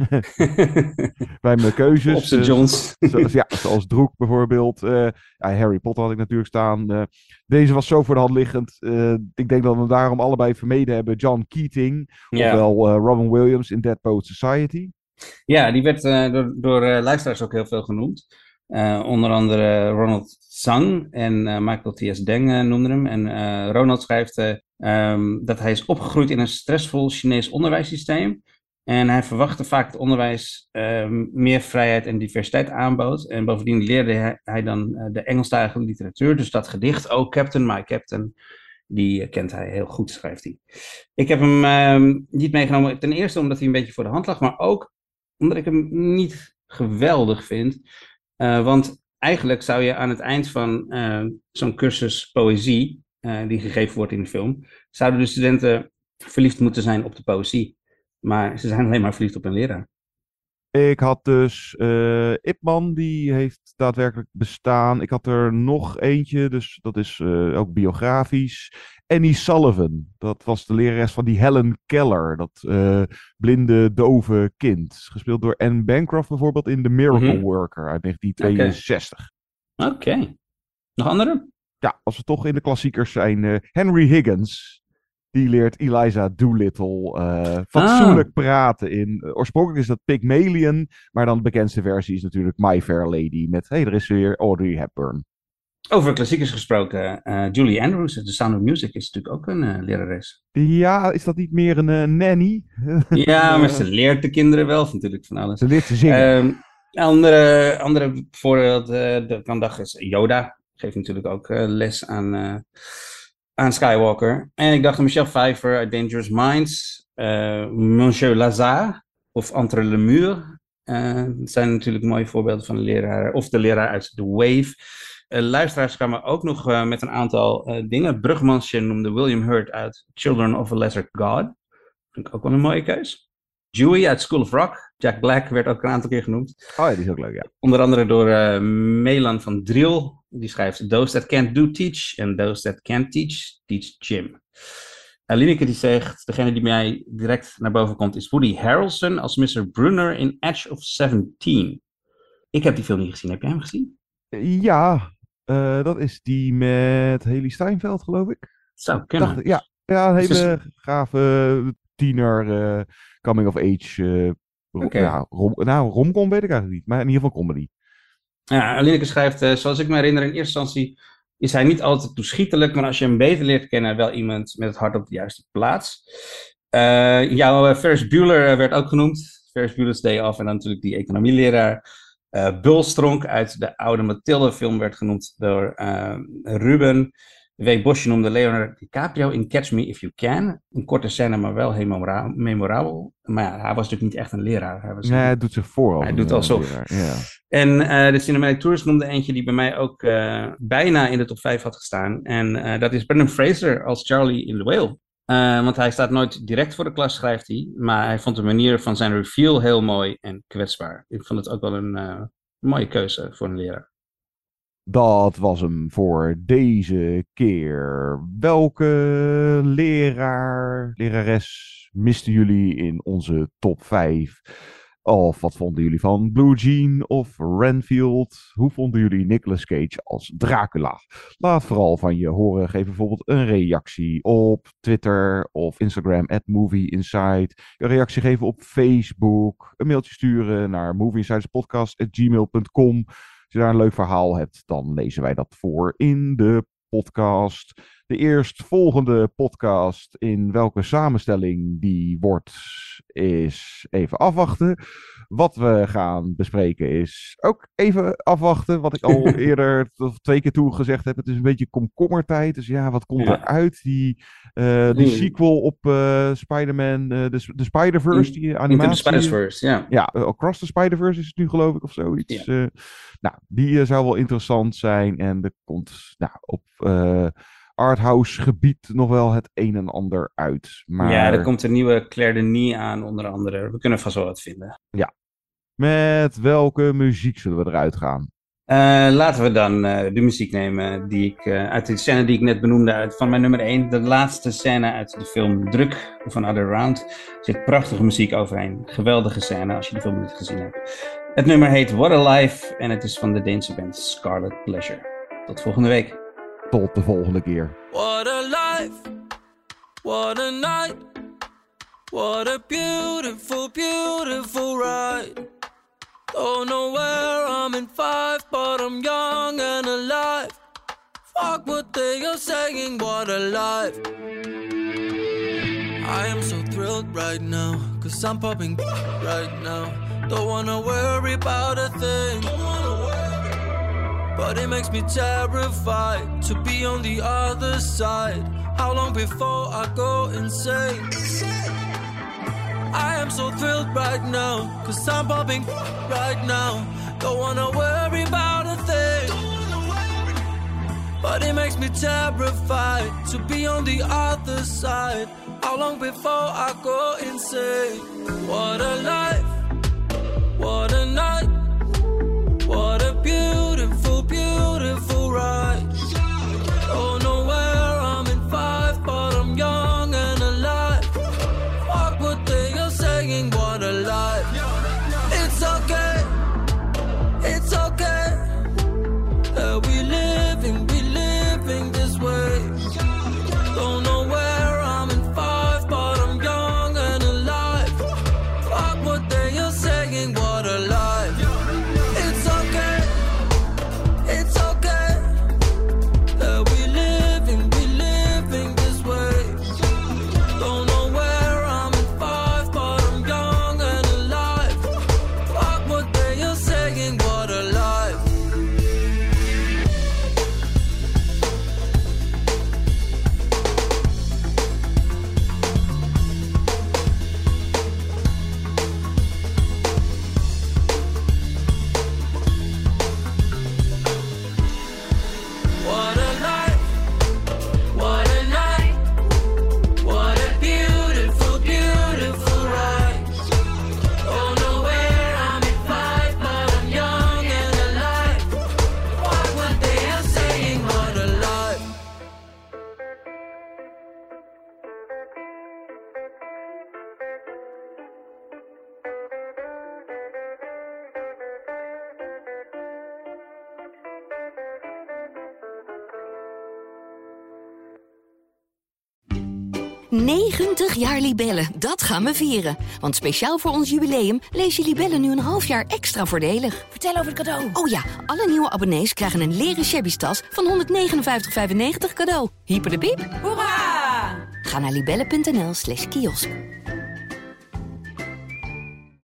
bij mijn keuzes. Op St. John's. Zoals Droek bijvoorbeeld. Harry Potter had ik natuurlijk staan. Deze was zo voor de hand liggend. Ik denk dat we hem daarom allebei vermeden hebben. John Keating. Ja. Ofwel Robin Williams in Dead Poets Society. Ja, die werd door luisteraars ook heel veel genoemd. Onder andere Ronald Tsang en Michael T.S. Deng noemden hem. En Ronald schrijft dat hij is opgegroeid in een stressvol Chinees onderwijssysteem. En hij verwachtte vaak het onderwijs meer vrijheid en diversiteit aanbood. En bovendien leerde hij dan de Engelstalige literatuur. Dus dat gedicht, Oh Captain, My Captain, die kent hij heel goed, schrijft hij. Ik heb hem niet meegenomen, ten eerste omdat hij een beetje voor de hand lag, maar ook omdat ik hem niet geweldig vind. Want eigenlijk zou je aan het eind van zo'n cursus poëzie, die gegeven wordt in de film, zouden de studenten verliefd moeten zijn op de poëzie. Maar ze zijn alleen maar verliefd op een leraar. Ik had dus Ip Man, die heeft daadwerkelijk bestaan. Ik had er nog eentje, dus dat is ook biografisch. Annie Sullivan, dat was de lerares van die Helen Keller, dat blinde, dove kind. Gespeeld door Anne Bancroft bijvoorbeeld in The Miracle Worker uit 1962. Oké. Nog andere? Ja, als we toch in de klassiekers zijn. Henry Higgins. Die leert Eliza Doolittle fatsoenlijk praten in. Oorspronkelijk is dat Pygmalion, maar dan de bekendste versie is natuurlijk My Fair Lady met, er is weer Audrey Hepburn. Over klassiekers gesproken, Julie Andrews, The Sound of Music, is natuurlijk ook een lerares. Ja, is dat niet meer een nanny? Ja, maar ze leert de kinderen wel natuurlijk van alles. Ze leert te zingen. Andere voorbeeld van dag is Yoda. Geeft natuurlijk ook les aan Skywalker. En ik dacht aan Michelle Pfeiffer uit Dangerous Minds, Monsieur Lazare of Entre le Mur. Dat zijn natuurlijk mooie voorbeelden van de leraar, of de leraar uit The Wave. Luisteraars kwamen ook nog met een aantal dingen. Brugmansje noemde William Hurt uit Children of a Lesser God. Vind ik ook wel een mooie keus. Dewey uit School of Rock. Jack Black werd ook een aantal keer genoemd. Oh ja, die is ook leuk, ja. Onder andere door Melan van Driel. Die schrijft: Those that can't do teach, and those that can't teach, teach Jim. Lineke die zegt: degene die mij direct naar boven komt is Woody Harrelson als Mr. Brunner in Edge of 17. Ik heb die film niet gezien. Heb jij hem gezien? Ja, dat is die met Haley Steinfeld, geloof ik. Zou kunnen. Ja, een hele gave tiener coming of age. Romcom weet ik eigenlijk niet, maar in ieder geval comedy. Ja, Lineke schrijft, zoals ik me herinner, in eerste instantie is hij niet altijd toeschietelijk, maar als je hem beter leert kennen, wel iemand met het hart op de juiste plaats. Jouw Ferris Bueller werd ook genoemd. Ferris Bueller's Day Off en dan natuurlijk die economieleraar. Bulstronk uit de oude Mathilde film werd genoemd door Ruben. W. Bosje noemde Leonardo DiCaprio in Catch Me If You Can. Een korte scène, maar wel heel memorabel. Maar ja, hij was natuurlijk niet echt een leraar. Hij doet zich voor. Hij doet alsof. Ja. En de Cinematic Tourist noemde eentje die bij mij ook bijna in de top 5 had gestaan. En dat is Brendan Fraser als Charlie in The Whale. Want hij staat nooit direct voor de klas, schrijft hij. Maar hij vond de manier van zijn reveal heel mooi en kwetsbaar. Ik vond het ook wel een mooie keuze voor een leraar. Dat was hem voor deze keer. Welke lerares misten jullie in onze top 5? Of wat vonden jullie van Blue Jean of Renfield? Hoe vonden jullie Nicolas Cage als Dracula? Laat vooral van je horen. Geef bijvoorbeeld een reactie op Twitter of Instagram @movieinside. Een reactie geven op Facebook. Een mailtje sturen naar movieinsiderspodcast@gmail.com. Als je daar een leuk verhaal hebt, dan lezen wij dat voor in de podcast. De eerstvolgende podcast, in welke samenstelling die wordt, is even afwachten. Wat we gaan bespreken is ook even afwachten. Wat ik al eerder 2 keer toe gezegd heb. Het is een beetje komkommertijd. Dus ja, wat komt eruit? Die sequel op Spider-Man, de Spider-Verse, die animatie. Into the Spider-Verse, ja. Ja, Across the Spider-Verse is het nu geloof ik of zoiets. Ja. Die zou wel interessant zijn. En er komt op arthouse gebied nog wel het een en ander uit. Maar... Ja, er komt een nieuwe Claire Denis aan, onder andere. We kunnen vast wel wat vinden. Ja. Met welke muziek zullen we eruit gaan? Laten we dan de muziek nemen die ik uit de scène die ik net benoemde, van mijn nummer 1. De laatste scène uit de film Druk van Other Round. Er zit prachtige muziek overheen. Geweldige scène als je de film niet gezien hebt. Het nummer heet What a Life en het is van de Deense band Scarlet Pleasure. Tot volgende week. Tot de volgende keer. What a life, what a night, what a beautiful, beautiful ride. Don't know where I'm in 5, but I'm young and alive. Fuck what they are saying, what a life. I am so thrilled right now, 'cause I'm popping right now. Don't wanna worry about a thing, but it makes me terrified to be on the other side. How long before I go insane? I am so thrilled right now, 'cause I'm popping right now. Don't wanna worry about a thing, but it makes me terrified to be on the other side. How long before I go insane? What a life, what a night, what a beautiful, beautiful ride. Don't know where I'm in 5, but I'm young and alive. Fuck what they are saying, what a life. It's okay, it's okay that we living this way. Don't know where I'm in 5, but I'm young and alive. Fuck what they are saying, what a life. It's okay, it's okay that we living this way. Don't know where I'm in 5, but I'm young and alive. Fuck what they are saying, what a life. What a life, what a night, what a beautiful, beautiful ride. Don't know where I'm in 5, but I'm young and alive. Fuck what they are saying, what a life. ...90 jaar Libellen, dat gaan we vieren. Want speciaal voor ons jubileum lees je Libellen nu een half jaar extra voordelig. Vertel over het cadeau. Oh ja, alle nieuwe abonnees krijgen een leren shabby tas van 159,95 cadeau. Hyper de piep. Hoera! Ga naar libellen.nl/kiosk.